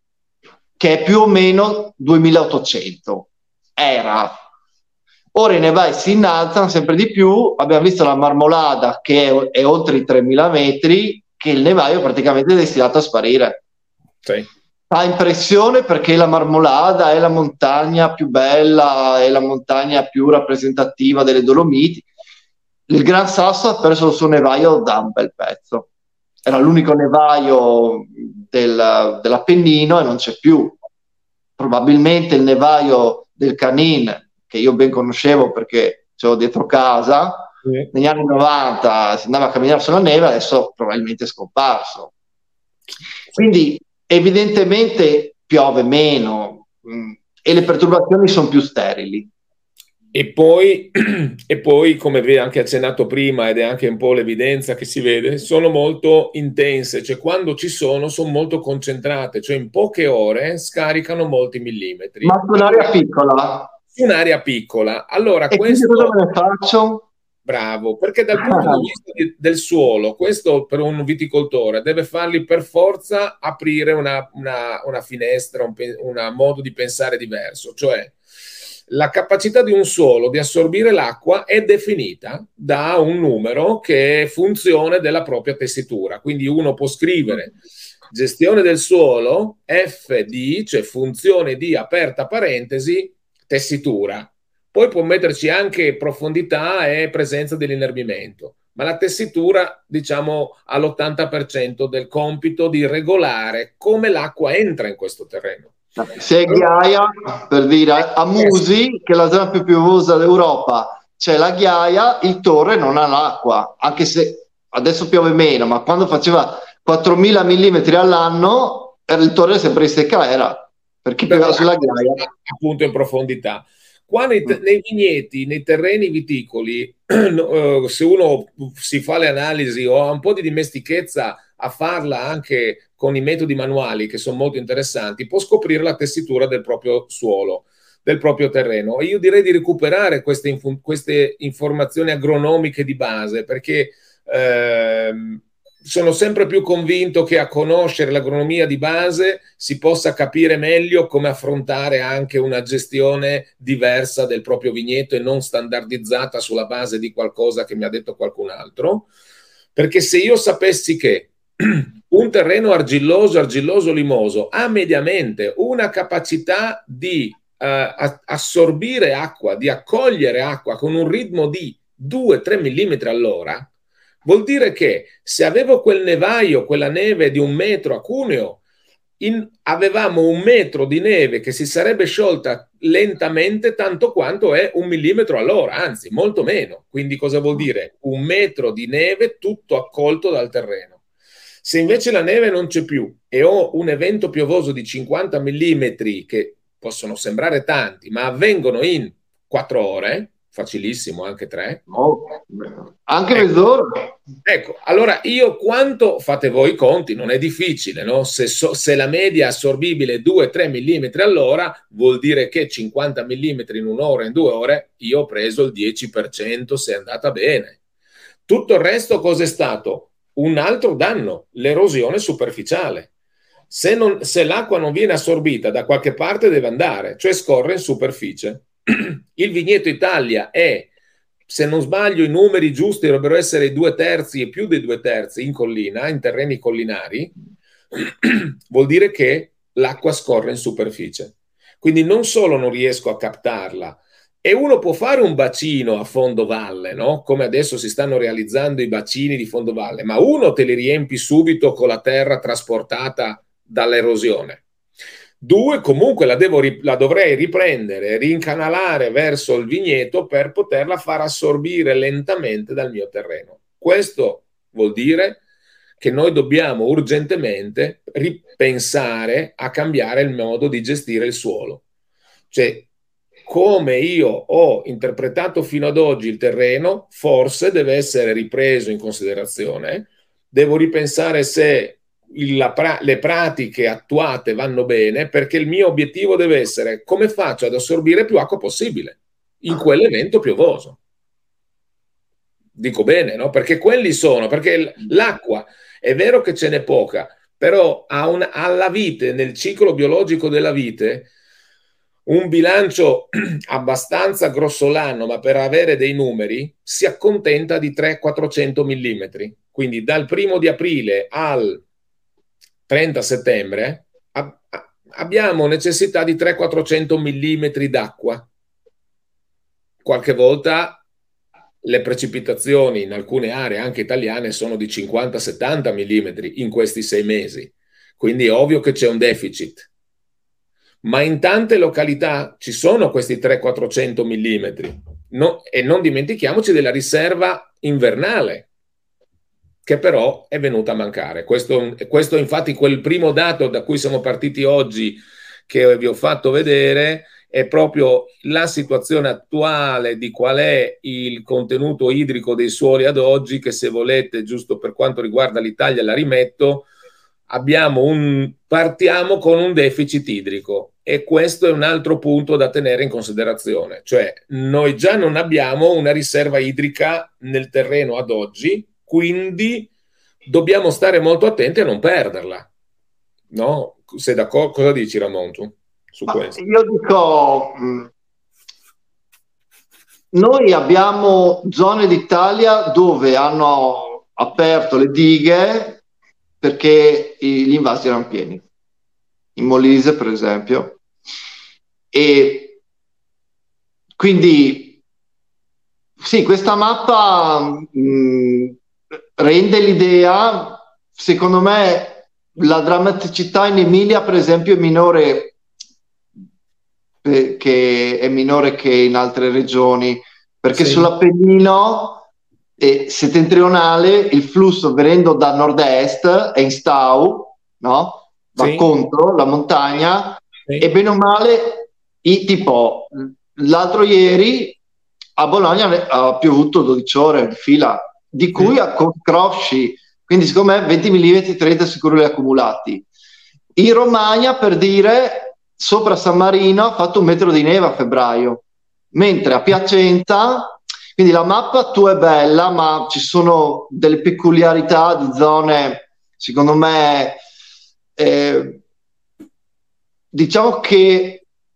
che è più o meno duemilaottocento. Era. Ora i nevai si innalzano sempre di più, abbiamo visto la Marmolada che è, è oltre i tremila metri, che il nevaio è praticamente destinato a sparire. Sì. Fa impressione perché la Marmolada è la montagna più bella, è la montagna più rappresentativa delle Dolomiti. Il Gran Sasso ha perso il suo nevaio da un bel pezzo. Era l'unico nevaio del, dell'Appennino e non c'è più. Probabilmente il nevaio del Canin, che io ben conoscevo perché ce dietro casa, sì. Negli anni novanta si andava a camminare sulla neve, adesso probabilmente è scomparso. Quindi evidentemente piove meno mh, e le perturbazioni sono più sterili. E poi, e poi, come vi anche accennato prima, ed è anche un po' l'evidenza che si vede, sono molto intense, cioè quando ci sono, sono molto concentrate, cioè in poche ore scaricano molti millimetri. Ma su un'area piccola? Su un'area piccola. Allora, e questo... quindi cosa me ne faccio? Bravo, perché dal punto di vista di, del suolo, questo per un viticoltore deve fargli per forza aprire una, una, una finestra, un, un modo di pensare diverso, cioè la capacità di un suolo di assorbire l'acqua è definita da un numero che è funzione della propria tessitura, quindi uno può scrivere gestione del suolo F D, cioè funzione di aperta parentesi, tessitura. Poi può metterci anche profondità e presenza dell'inerbimento, ma la tessitura, diciamo, ha l'ottanta per cento del compito di regolare come l'acqua entra in questo terreno. Se è ghiaia, per dire, a Musi, che è la zona più piovosa d'Europa, c'è la ghiaia, il Torre non ha l'acqua, anche se adesso piove meno, ma quando faceva quattromila millimetri all'anno, il Torre sempre in secca era, perché pioveva sulla ghiaia. Appunto in profondità. Qua nei, nei vigneti, nei terreni viticoli, se uno si fa le analisi o ha un po' di dimestichezza a farla anche con i metodi manuali, che sono molto interessanti, può scoprire la tessitura del proprio suolo, del proprio terreno. E io direi di recuperare queste, inf- queste informazioni agronomiche di base, perché ehm, sono sempre più convinto che a conoscere l'agronomia di base si possa capire meglio come affrontare anche una gestione diversa del proprio vigneto e non standardizzata sulla base di qualcosa che mi ha detto qualcun altro. Perché se io sapessi che un terreno argilloso, argilloso-limoso ha mediamente una capacità di eh, assorbire acqua, di accogliere acqua con un ritmo di due tre millimetri all'ora, vuol dire che se avevo quel nevaio, quella neve di un metro a Cuneo, in, avevamo un metro di neve che si sarebbe sciolta lentamente tanto quanto è un millimetro all'ora, anzi molto meno. Quindi cosa vuol dire? Un metro di neve tutto accolto dal terreno. Se invece la neve non c'è più e ho un evento piovoso di cinquanta millimetri, che possono sembrare tanti, ma avvengono in quattro ore, facilissimo, anche tre. Oh, anche ecco, mezz'ora. Ecco, allora io quanto, fate voi i conti, non è difficile, no? Se, so, se la media assorbibile è due tre millimetri all'ora, vuol dire che cinquanta millimetri in un'ora, in due ore, io ho preso il dieci per cento se è andata bene. Tutto il resto cos'è stato? Un altro danno, l'erosione superficiale. Se, non, se l'acqua non viene assorbita da qualche parte deve andare, cioè scorre in superficie. Il vigneto Italia è, se non sbaglio, i numeri giusti dovrebbero essere i due terzi e più dei due terzi in collina, in terreni collinari, vuol dire che l'acqua scorre in superficie. Quindi non solo non riesco a captarla, e uno può fare un bacino a fondovalle, no? Come adesso si stanno realizzando i bacini di fondovalle, ma uno te li riempi subito con la terra trasportata dall'erosione. Due, comunque la, devo, la dovrei riprendere, rincanalare verso il vigneto per poterla far assorbire lentamente dal mio terreno. Questo vuol dire che noi dobbiamo urgentemente ripensare a cambiare il modo di gestire il suolo. Cioè, come io ho interpretato fino ad oggi il terreno, forse deve essere ripreso in considerazione. Devo ripensare se La pra- le pratiche attuate vanno bene, perché il mio obiettivo deve essere come faccio ad assorbire più acqua possibile in quell'evento piovoso. Dico bene, no? Perché quelli sono, perché l'acqua è vero che ce n'è poca, però ha un, alla vite, nel ciclo biologico della vite, un bilancio abbastanza grossolano, ma per avere dei numeri si accontenta di trecento quattrocento millimetri. Quindi dal primo di aprile al trenta settembre ab- abbiamo necessità di trecento quattrocento millimetri d'acqua. Qualche volta le precipitazioni in alcune aree, anche italiane, sono di cinquanta settanta millimetri in questi sei mesi. Quindi è ovvio che c'è un deficit. Ma in tante località ci sono questi trecento quattrocento millimetri. No, e non dimentichiamoci della riserva invernale, che però è venuta a mancare. Questo, questo infatti quel primo dato da cui siamo partiti oggi, che vi ho fatto vedere, è proprio la situazione attuale di qual è il contenuto idrico dei suoli ad oggi, che se volete, giusto per quanto riguarda l'Italia, la rimetto, abbiamo un, partiamo con un deficit idrico, e questo è un altro punto da tenere in considerazione. Cioè, noi già non abbiamo una riserva idrica nel terreno ad oggi, quindi dobbiamo stare molto attenti a non perderla. No? Sei d'accordo? Cosa dici, Ramon, tu su questo? Io dico, noi abbiamo zone d'Italia dove hanno aperto le dighe perché gli invasi erano pieni. In Molise, per esempio. E quindi sì, questa mappa mh, rende l'idea, secondo me la drammaticità in Emilia per esempio è minore, eh, che è minore che in altre regioni, perché Sì. sull'Appennino eh, settentrionale il flusso venendo da nord-est è in stau, no? Va Sì. contro la montagna, sì. E bene o male i, tipo l'altro ieri a Bologna ha piovuto dodici ore di fila, di cui a crosci, quindi secondo me venti millimetri, trenta sicuro li accumulati. In Romagna, per dire, sopra San Marino ha fatto un metro di neve a febbraio, mentre a Piacenza, quindi la mappa tua è bella, ma ci sono delle peculiarità di zone, secondo me, eh, diciamo che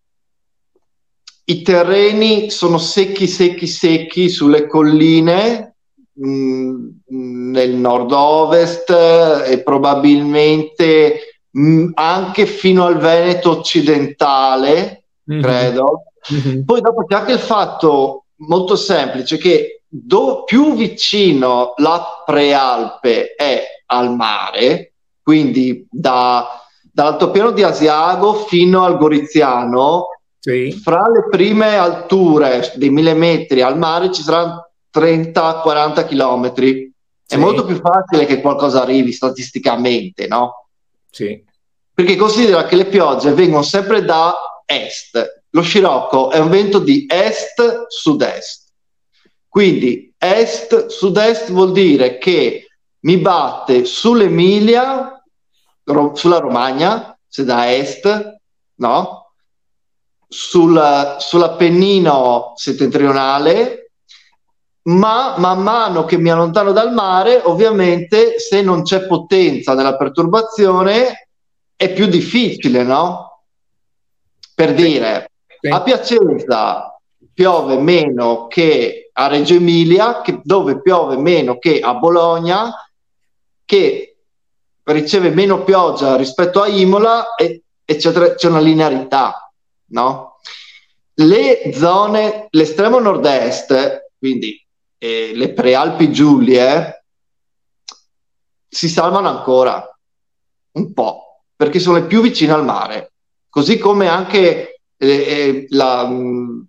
i terreni sono secchi, secchi, secchi sulle colline mh, nel nord-ovest e probabilmente mh, anche fino al Veneto occidentale, mm-hmm. credo. Mm-hmm. Poi dopo c'è anche il fatto molto semplice che do, più vicino la prealpe è al mare, quindi da, dall'altopiano di Asiago fino al Goriziano, sì. Fra le prime alture dei mille metri al mare ci saranno trenta quaranta chilometri. Sì. È molto più facile che qualcosa arrivi statisticamente, no? Sì. Perché considera che le piogge vengono sempre da est, lo scirocco è un vento di est-sud-est. Quindi est-sud-est vuol dire che mi batte sull'Emilia, ro- sulla Romagna, se da est, no? Sul, sull'Appennino settentrionale, ma man mano che mi allontano dal mare, ovviamente, se non c'è potenza nella perturbazione, è più difficile, no? Per dire, Sì. a Piacenza piove meno che a Reggio Emilia, che, dove piove meno che a Bologna, che riceve meno pioggia rispetto a Imola, e, eccetera. C'è una linearità, no? Le zone, l'estremo nord-est, quindi eh, le prealpi Giulie, si salvano ancora un po', perché sono le più vicine al mare, così come anche eh, eh, la, mh,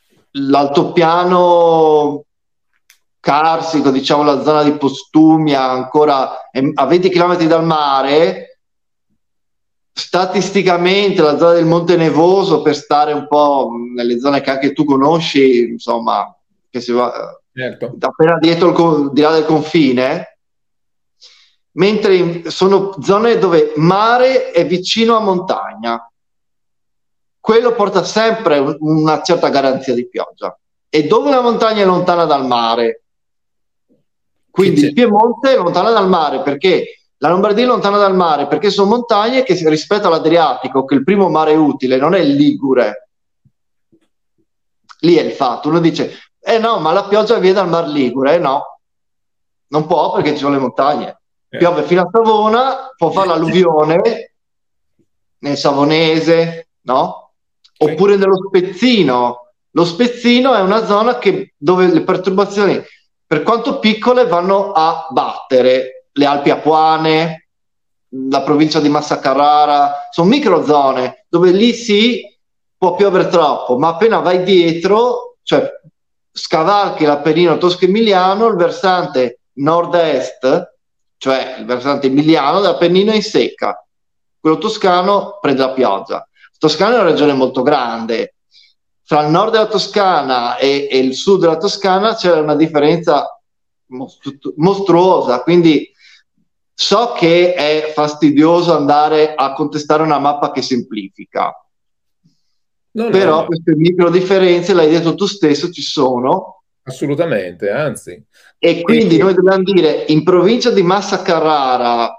l'altopiano carsico, diciamo la zona di Postumia, ancora eh, a venti chilometri dal mare. Statisticamente la zona del Monte Nevoso, per stare un po' nelle zone che anche tu conosci, insomma, che si va Certo. appena dietro il co- di là del confine, mentre in- sono zone dove mare è vicino a montagna. Quello porta sempre un- una certa garanzia di pioggia. E dove la montagna è lontana dal mare, quindi il Piemonte è lontana dal mare, perché la Lombardia è lontana dal mare, perché sono montagne che rispetto all'Adriatico, che il primo mare utile non è il Ligure, lì è il fatto. Uno dice, eh no, ma la pioggia viene dal Mar Ligure. Eh no, non può, perché ci sono le montagne. Piove fino a Savona, può fare l'alluvione nel Savonese, no? Oppure nello Spezzino. Lo Spezzino è una zona che, dove le perturbazioni, per quanto piccole, vanno a battere le Alpi Apuane, la provincia di Massa Carrara. Sono microzone dove lì sì, può piovere troppo, ma appena vai dietro, cioè scavalchi l'Appennino tosco-emiliano, il versante nord-est, cioè il versante emiliano dell'Appennino è in secca, quello toscano prende la pioggia. Toscana è una regione molto grande, fra il nord della Toscana e, e il sud della Toscana c'è una differenza mostru- mostruosa, quindi so che è fastidioso andare a contestare una mappa che semplifica, no, però no, no. queste micro differenze, l'hai detto tu stesso, ci sono. Assolutamente, anzi. E quindi E... noi dobbiamo dire, in provincia di Massa Carrara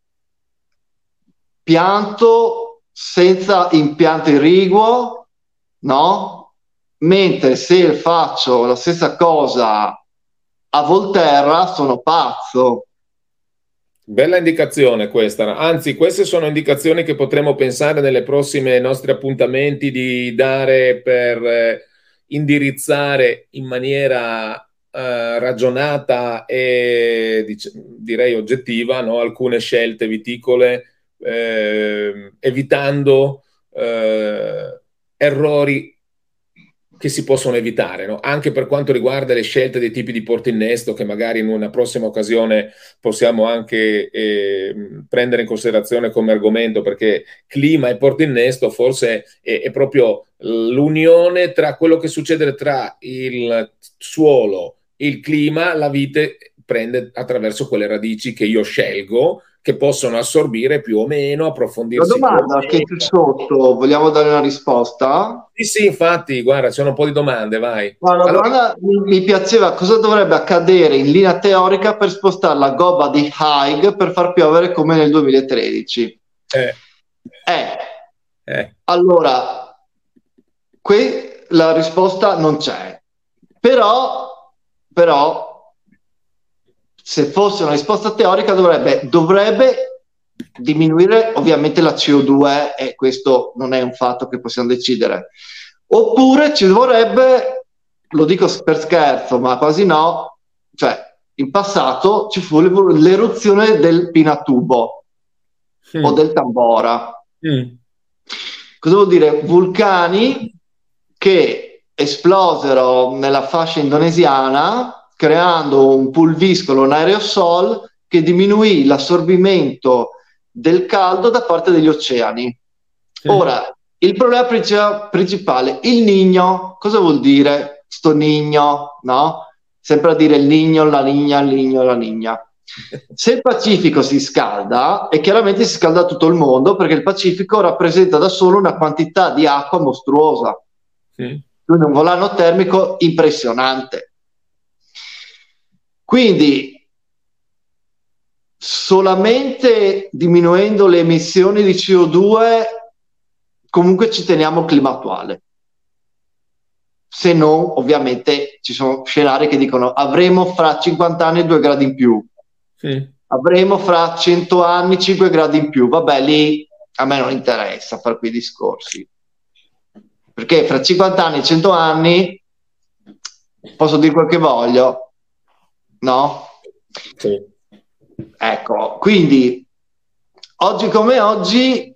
pianto senza impianto irriguo, no? Mentre se faccio la stessa cosa a Volterra sono pazzo. Bella indicazione questa, anzi queste sono indicazioni che potremo pensare nelle prossime nostri appuntamenti di dare per eh, indirizzare in maniera eh, ragionata e dic- direi oggettiva, no? Alcune scelte viticole, eh, evitando eh, errori che si possono evitare, no? Anche per quanto riguarda le scelte dei tipi di portinnesto, che magari in una prossima occasione possiamo anche eh, prendere in considerazione come argomento, perché clima e portinnesto forse è, è proprio l'unione tra quello che succede tra il suolo e il clima, la vite prende attraverso quelle radici che io scelgo, che possono assorbire più o meno, La approfondirsi più o domanda che meno. c'è sotto, vogliamo dare una risposta? Sì, sì, infatti, guarda, c'è un po' di domande, vai. Ma la Allora, domanda mi, mi piaceva, cosa dovrebbe accadere in linea teorica per spostare la gobba di Haig per far piovere come nel duemilatredici? eh, Eh, eh, allora, qui la risposta non c'è, però, però se fosse una risposta teorica dovrebbe, dovrebbe diminuire ovviamente la C O due, e questo non è un fatto che possiamo decidere. Oppure ci vorrebbe, lo dico per scherzo, ma quasi no, cioè in passato ci fu l'eruzione del Pinatubo mm. o del Tambora. Mm. Cosa vuol dire? Vulcani che esplosero nella fascia indonesiana creando un pulviscolo, un aerosol che diminuì l'assorbimento del caldo da parte degli oceani. Mm. Ora, il problema princi- principale, il Niño, cosa vuol dire sto Niño, no? Sempre a dire il Niño, la Niña, il Niño, la Niña. Se il Pacifico si scalda, e chiaramente si scalda tutto il mondo, perché il Pacifico rappresenta da solo una quantità di acqua mostruosa, Sì. quindi un volano termico impressionante. Quindi solamente diminuendo le emissioni di C O due comunque ci teniamo il clima attuale. Se non, ovviamente, ci sono scenari che dicono avremo fra cinquanta anni due gradi in più, Sì. avremo fra cento anni cinque gradi in più. Vabbè, lì a me non interessa fare quei discorsi, perché fra cinquanta anni e cento anni posso dire quel che voglio, no? Sì. Ecco, quindi oggi come oggi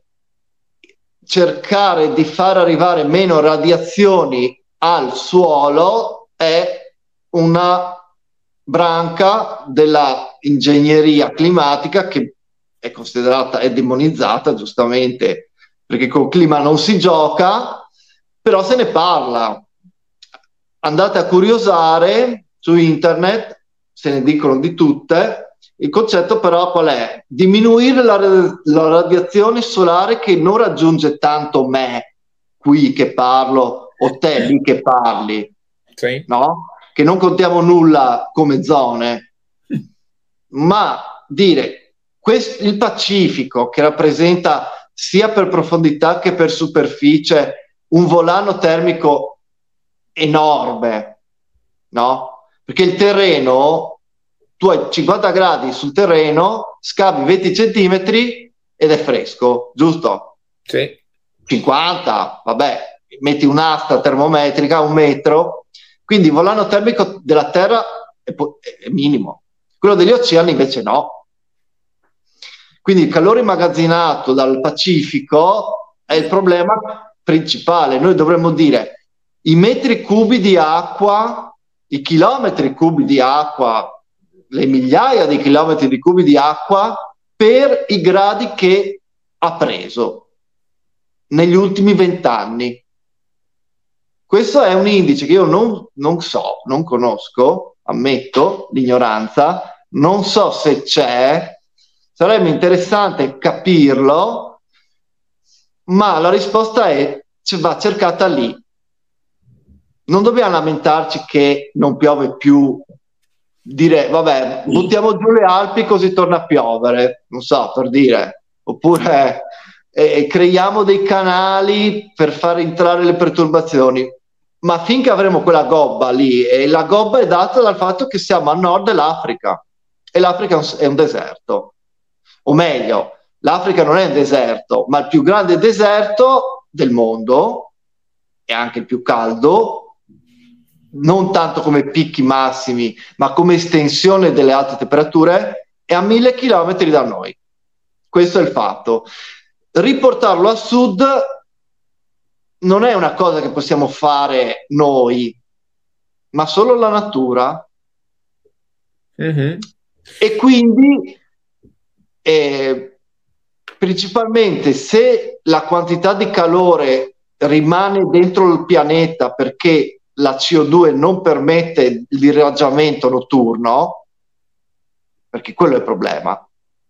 cercare di far arrivare meno radiazioni al suolo è una branca della ingegneria climatica che è considerata e demonizzata giustamente, perché col clima non si gioca, però se ne parla. Andate a curiosare su internet, se ne dicono di tutte. Il concetto però qual è? Diminuire la, la radiazione solare che non raggiunge tanto me qui che parlo o te lì che parli, Sì. no? Che non contiamo nulla come zone, ma dire quest- il Pacifico, che rappresenta sia per profondità che per superficie un volano termico enorme, no? Perché il terreno, tu hai cinquanta gradi sul terreno, scavi venti centimetri ed è fresco, giusto? Sì. cinquanta, vabbè, metti un'asta termometrica, un metro, quindi il volano termico della Terra è, po- è minimo, quello degli oceani invece no. Quindi il calore immagazzinato dal Pacifico è il problema principale. Noi dovremmo dire i metri cubi di acqua, i chilometri cubi di acqua, le migliaia di chilometri di cubi di acqua per i gradi che ha preso negli ultimi vent'anni. Questo è un indice che io non, non so, non conosco, ammetto l'ignoranza, non so se c'è, sarebbe interessante capirlo, ma la risposta è va cercata lì. Non dobbiamo lamentarci che non piove più, dire vabbè, buttiamo giù le Alpi così torna a piovere, non so, per dire, oppure eh, creiamo dei canali per far entrare le perturbazioni. Ma finché avremo quella gobba lì, e la gobba è data dal fatto che siamo a nord dell'Africa, e l'Africa è un, è un deserto, o meglio, l'Africa non è un deserto, ma il più grande deserto del mondo, e anche il più caldo, non tanto come picchi massimi, ma come estensione delle alte temperature, è a mille chilometri da noi. Questo è il fatto. Riportarlo a sud non è una cosa che possiamo fare noi, ma solo la natura. Mm-hmm. E quindi eh, principalmente se la quantità di calore rimane dentro il pianeta perché la C O due non permette l'irraggiamento notturno, perché quello è il problema.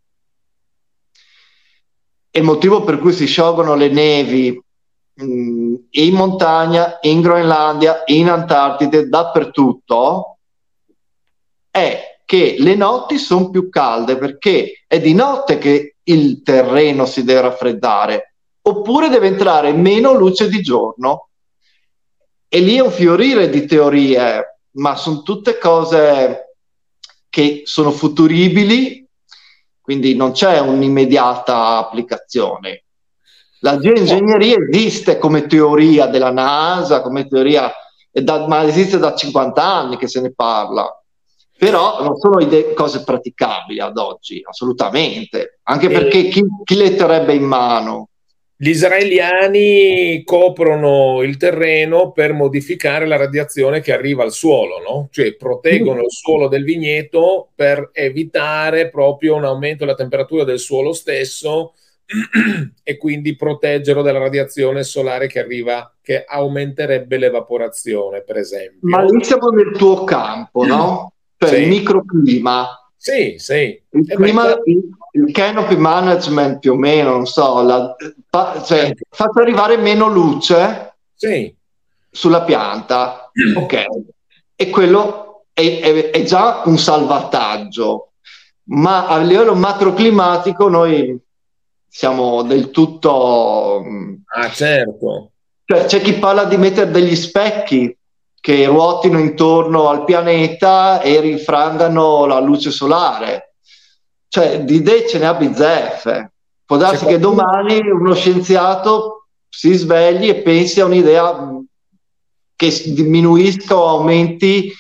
È il motivo per cui si sciolgono le nevi mh, in montagna, in Groenlandia, in Antartide, dappertutto, è che le notti sono più calde perché è di notte che il terreno si deve raffreddare, oppure deve entrare meno luce di giorno. E lì è un fiorire di teorie, ma sono tutte cose che sono futuribili, quindi non c'è un'immediata applicazione. La geoingegneria esiste come teoria della NASA, come teoria, da, ma esiste da cinquanta anni che se ne parla. Però non sono idee, cose praticabili ad oggi, assolutamente, anche perché chi, chi le terrebbe in mano? Gli israeliani coprono il terreno per modificare la radiazione che arriva al suolo, no? Cioè proteggono il suolo del vigneto per evitare proprio un aumento della temperatura del suolo stesso, e quindi proteggerlo dalla radiazione solare che arriva, che aumenterebbe l'evaporazione, per esempio. Ma lì siamo nel tuo campo, no? Cioè il Sì, microclima. sì, sì. Il Eh, ma clima, infatti- il, il canopy management più o meno, non so, la, fa, cioè, anche- faccio arrivare meno luce sì, sulla pianta, ok, e quello è, è- è già un salvataggio, ma a livello macroclimatico noi siamo del tutto... mh, ah, certo. cioè, c'è chi parla di mettere degli specchi che ruotino intorno al pianeta e rifrangano la luce solare. Cioè, di idee ce ne ha bizzeffe. Può C'è darsi che qualcuno? domani uno scienziato si svegli e pensi a un'idea mh, che s- diminuisca o aumenti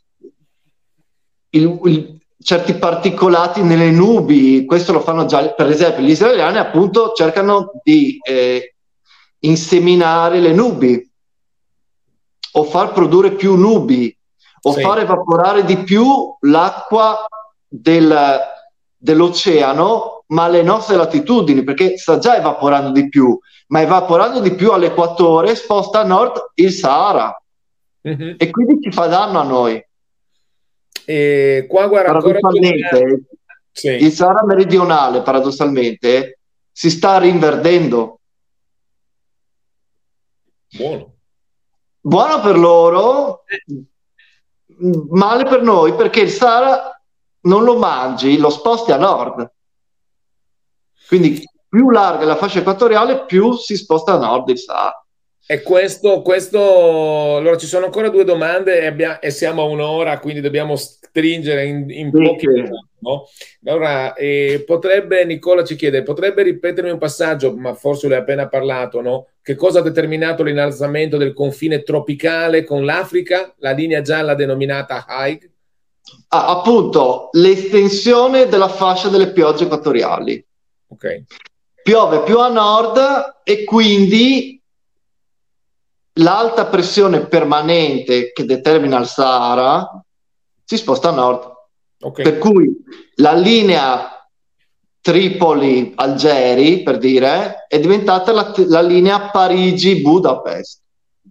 il- il- certi particolati nelle nubi. Questo lo fanno già, per esempio, gli israeliani appunto cercano di eh, inseminare le nubi o far produrre più nubi o Sì. far evaporare di più l'acqua del- dell'oceano, ma alle nostre latitudini, perché sta già evaporando di più, ma evaporando di più all'equatore sposta a nord il Sahara Mhm. e quindi ci fa danno a noi. E qua guarda ancora con... Paradossalmente, il Sì, Sahara meridionale, paradossalmente, si sta rinverdendo. buono. Buono per loro, male per noi, perché il Sahara non lo mangi, lo sposti a nord. Quindi più larga è la fascia equatoriale, più si sposta a nord il Sahara. E questo, questo, allora ci sono ancora due domande e, abbia- e siamo a un'ora, quindi dobbiamo stringere in, in Sì, pochi sì. minuti, no? Allora, eh, potrebbe, Nicola ci chiede, potrebbe ripetermi un passaggio, ma forse l'hai appena parlato, no? Che cosa ha determinato l'innalzamento del confine tropicale con l'Africa, la linea gialla denominata Haig? Ah, appunto, l'estensione della fascia delle piogge equatoriali. Ok, Piove più a nord e quindi l'alta pressione permanente che determina il Sahara si sposta a nord. ok. Per cui la linea Tripoli-Algeri, per dire, è diventata la, la linea Parigi-Budapest.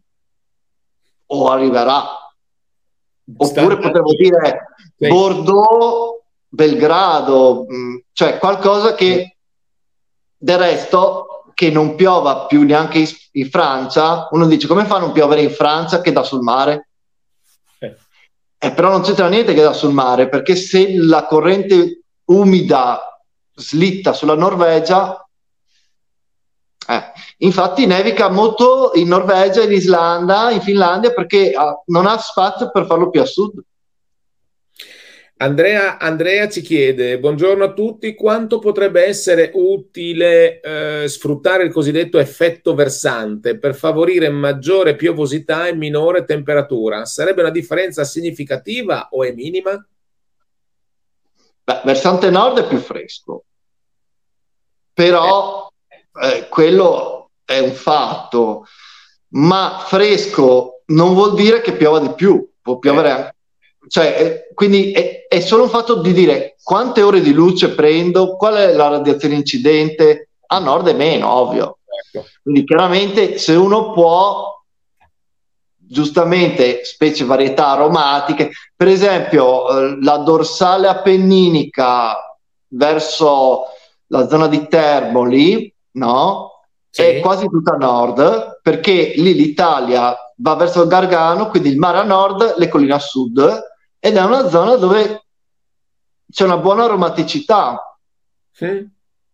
O arriverà. Sta Oppure andando. potremmo dire Sì. Bordeaux-Belgrado, mh, cioè qualcosa che del resto che non piova più neanche in, in Francia. Uno dice come fa a non piovere in Francia che dà sul mare? Eh. Eh, però non c'entra niente che dà sul mare, perché se la corrente umida slitta sulla Norvegia, eh, infatti nevica molto in Norvegia, in Islanda, in Finlandia, perché ah, non ha spazio per farlo più a sud. Andrea, Andrea ci chiede, buongiorno a tutti, quanto potrebbe essere utile eh, sfruttare il cosiddetto effetto versante per favorire maggiore piovosità e minore temperatura? Sarebbe una differenza significativa o è minima? Beh, versante nord è più fresco, Eh, però eh, quello è un fatto, ma fresco non vuol dire che piova di più, può eh, piovere anche. Cioè, eh, quindi è, è solo un fatto di dire quante ore di luce prendo, qual è la radiazione incidente, a nord è meno, ovvio. ecco. Quindi chiaramente se uno può, giustamente, specie varietà aromatiche, per esempio eh, la dorsale appenninica verso la zona di Termoli, no? È Sì. quasi tutta a nord, perché lì l'Italia va verso il Gargano, quindi il mare a nord, le colline a sud, ed è una zona dove c'è una buona aromaticità. Mm.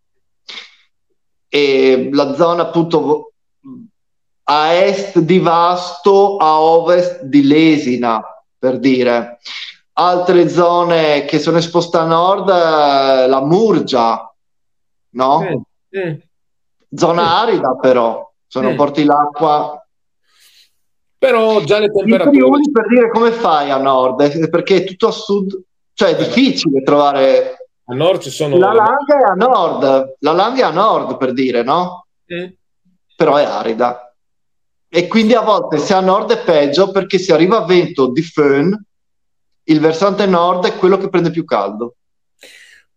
E la zona appunto a est di Vasto, a ovest di Lesina, per dire. Altre zone che sono esposte a nord, eh, la Murgia, Mm. no? Mm. Mm. Zona arida però, se non Mm. porti l'acqua. Però già le Il temperature, Friuli per dire come fai a nord, eh, perché è tutto a sud, cioè è beh, difficile trovare. a nord ci sono La le... Langa è a nord, la Langa è a nord per dire, no? Mm. Però è arida. E quindi a volte se a nord è peggio perché se arriva vento di föhn, il versante nord è quello che prende più caldo.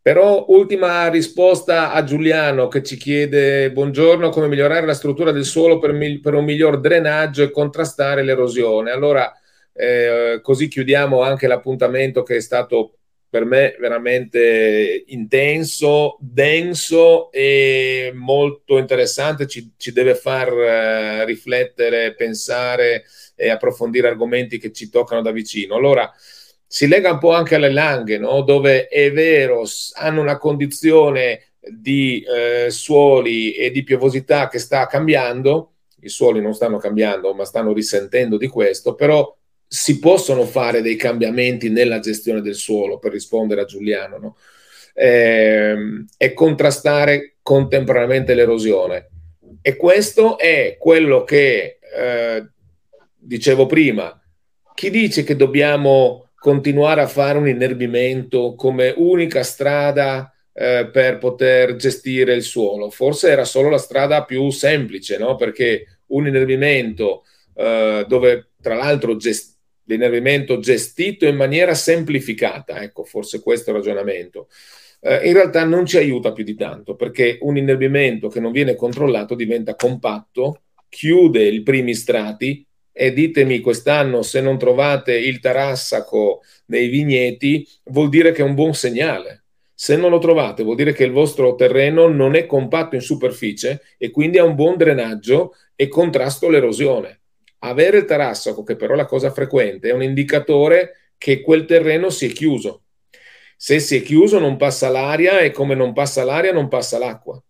Però ultima risposta a Giuliano che ci chiede: buongiorno, come migliorare la struttura del suolo per, mi- per un miglior drenaggio e contrastare l'erosione. Allora, eh, così chiudiamo anche l'appuntamento che è stato per me veramente intenso, denso e molto interessante. Ci, ci deve far eh, riflettere, pensare e approfondire argomenti che ci toccano da vicino. Allora, si lega un po' anche alle Langhe, no? Dove è vero, hanno una condizione di eh, suoli e di piovosità che sta cambiando. I suoli non stanno cambiando, ma stanno risentendo di questo, però si possono fare dei cambiamenti nella gestione del suolo, per rispondere a Giuliano, no? Eh, e contrastare contemporaneamente l'erosione. E questo è quello che eh, dicevo prima. Chi dice che dobbiamo continuare a fare un innerbimento come unica strada eh, per poter gestire il suolo? Forse era solo la strada più semplice, no? Perché un innerbimento eh, dove tra l'altro gest- l'innervimento gestito in maniera semplificata, ecco, forse questo è il ragionamento, eh, in realtà non ci aiuta più di tanto, perché un innervimento che non viene controllato diventa compatto, chiude i primi strati, e ditemi quest'anno se non trovate il tarassaco nei vigneti, vuol dire che è un buon segnale. Se non lo trovate, vuol dire che il vostro terreno non è compatto in superficie e quindi ha un buon drenaggio e contrasto all'erosione. Avere il tarassaco, che però è la cosa frequente, è un indicatore che quel terreno si è chiuso. Se si è chiuso non passa l'aria, e come non passa l'aria non passa l'acqua.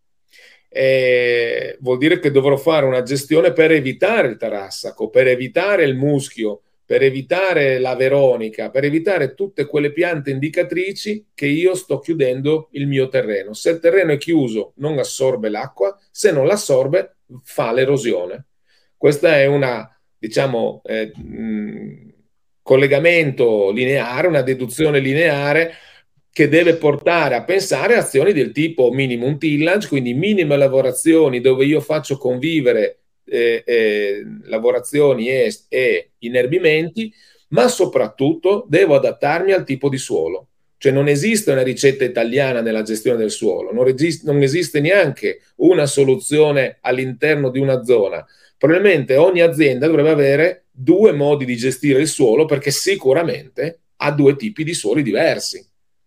Eh, vuol dire che dovrò fare una gestione per evitare il tarassaco, per evitare il muschio, per evitare la veronica, per evitare tutte quelle piante indicatrici che io sto chiudendo il mio terreno. Se il terreno è chiuso non assorbe l'acqua, se non l'assorbe fa l'erosione. Questa è una, diciamo, eh, mh, collegamento lineare, una deduzione lineare che deve portare a pensare a azioni del tipo minimum tillage, quindi minime lavorazioni dove io faccio convivere eh, eh, lavorazioni e, e inerbimenti, ma soprattutto devo adattarmi al tipo di suolo. Cioè non esiste una ricetta italiana nella gestione del suolo, non, resist- non esiste neanche una soluzione all'interno di una zona. Probabilmente ogni azienda dovrebbe avere due modi di gestire il suolo, perché sicuramente ha due tipi di suoli diversi.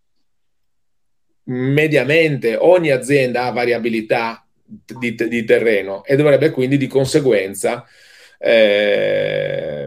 Mediamente ogni azienda ha variabilità di, di terreno e dovrebbe quindi di conseguenza eh,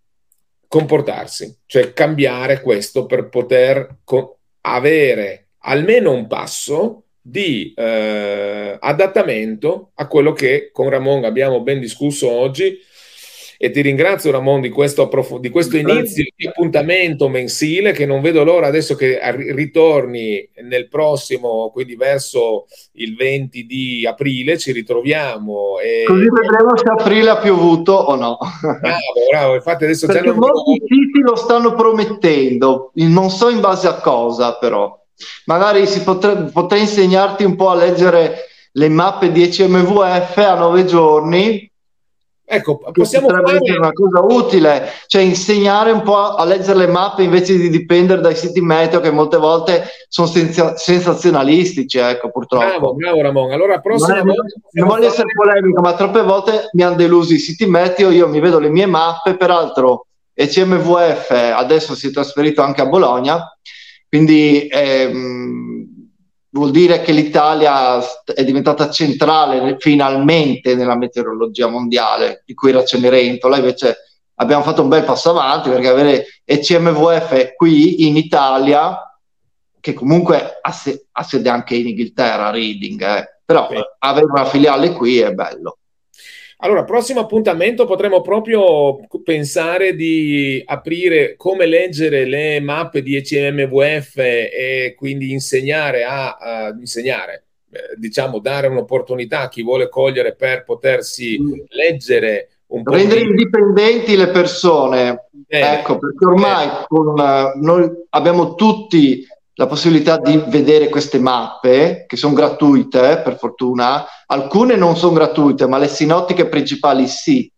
comportarsi, cioè cambiare questo per poter co- avere almeno un passo di eh, adattamento a quello che con Ramon abbiamo ben discusso oggi. E ti ringrazio, Ramon, di questo, approf- di questo inizio di appuntamento mensile, che non vedo l'ora adesso che arri- ritorni nel prossimo, quindi verso il venti di aprile, ci ritroviamo. Così E... vedremo se aprile ha piovuto o no. Bravo, bravo, infatti adesso già Perché non vedo. molti siti lo stanno promettendo, non so in base a cosa però. Magari si potrebbe, potrei insegnarti un po' a leggere le mappe dieci M V F a nove giorni, Ecco, che possiamo potrebbe essere fare. una cosa utile, cioè insegnare un po' a leggere le mappe invece di dipendere dai siti meteo che molte volte sono senza- sensazionalistici, ecco, Bravo, purtroppo. bravo Ramon. Allora, Non, prossima è- volta non possiamo voglio fare. essere polemico, ma troppe volte mi hanno deluso i siti meteo, io mi vedo le mie mappe, peraltro E C M V F adesso si è trasferito anche a Bologna, quindi ehm, vuol dire che l'Italia è diventata centrale finalmente nella meteorologia mondiale, di cui era Cenerentola. Invece abbiamo fatto un bel passo avanti, perché avere E C M V F qui in Italia, che comunque ha, se- ha sede anche in Inghilterra, Reading, eh, però Sì. avere una filiale qui è bello. Allora, prossimo appuntamento potremo proprio pensare di aprire come leggere le mappe di E C M V F e quindi insegnare a, a insegnare, eh, diciamo, dare un'opportunità a chi vuole cogliere per potersi leggere un po' Rendere di. indipendenti le persone, Bene, ecco, perché bene. ormai con, eh, noi abbiamo tutti la possibilità di vedere queste mappe, che sono gratuite, per fortuna. Alcune non sono gratuite, ma le sinottiche principali sì.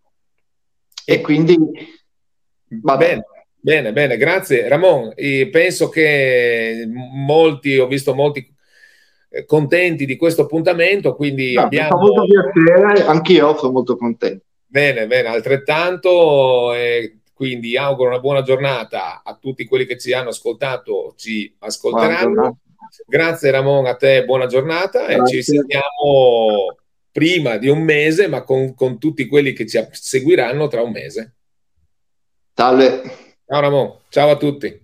E E quindi, vabbè. bene, bene, bene, grazie Ramon. E penso che molti, ho visto molti eh, contenti di questo appuntamento, quindi No, mi fa abbiamo... molto piacere, anch'io sono molto contento. Bene, bene, altrettanto, e quindi auguro una buona giornata a tutti quelli che ci hanno ascoltato, ci Buona ascolteranno. giornata. Grazie Ramon, a te buona giornata e ci Grazie. risentiamo prima di un mese, ma con, con tutti quelli che ci seguiranno tra un mese. Salve. Ciao Ramon, ciao a tutti.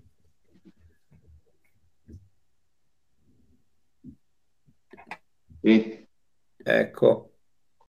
Sì. Ecco.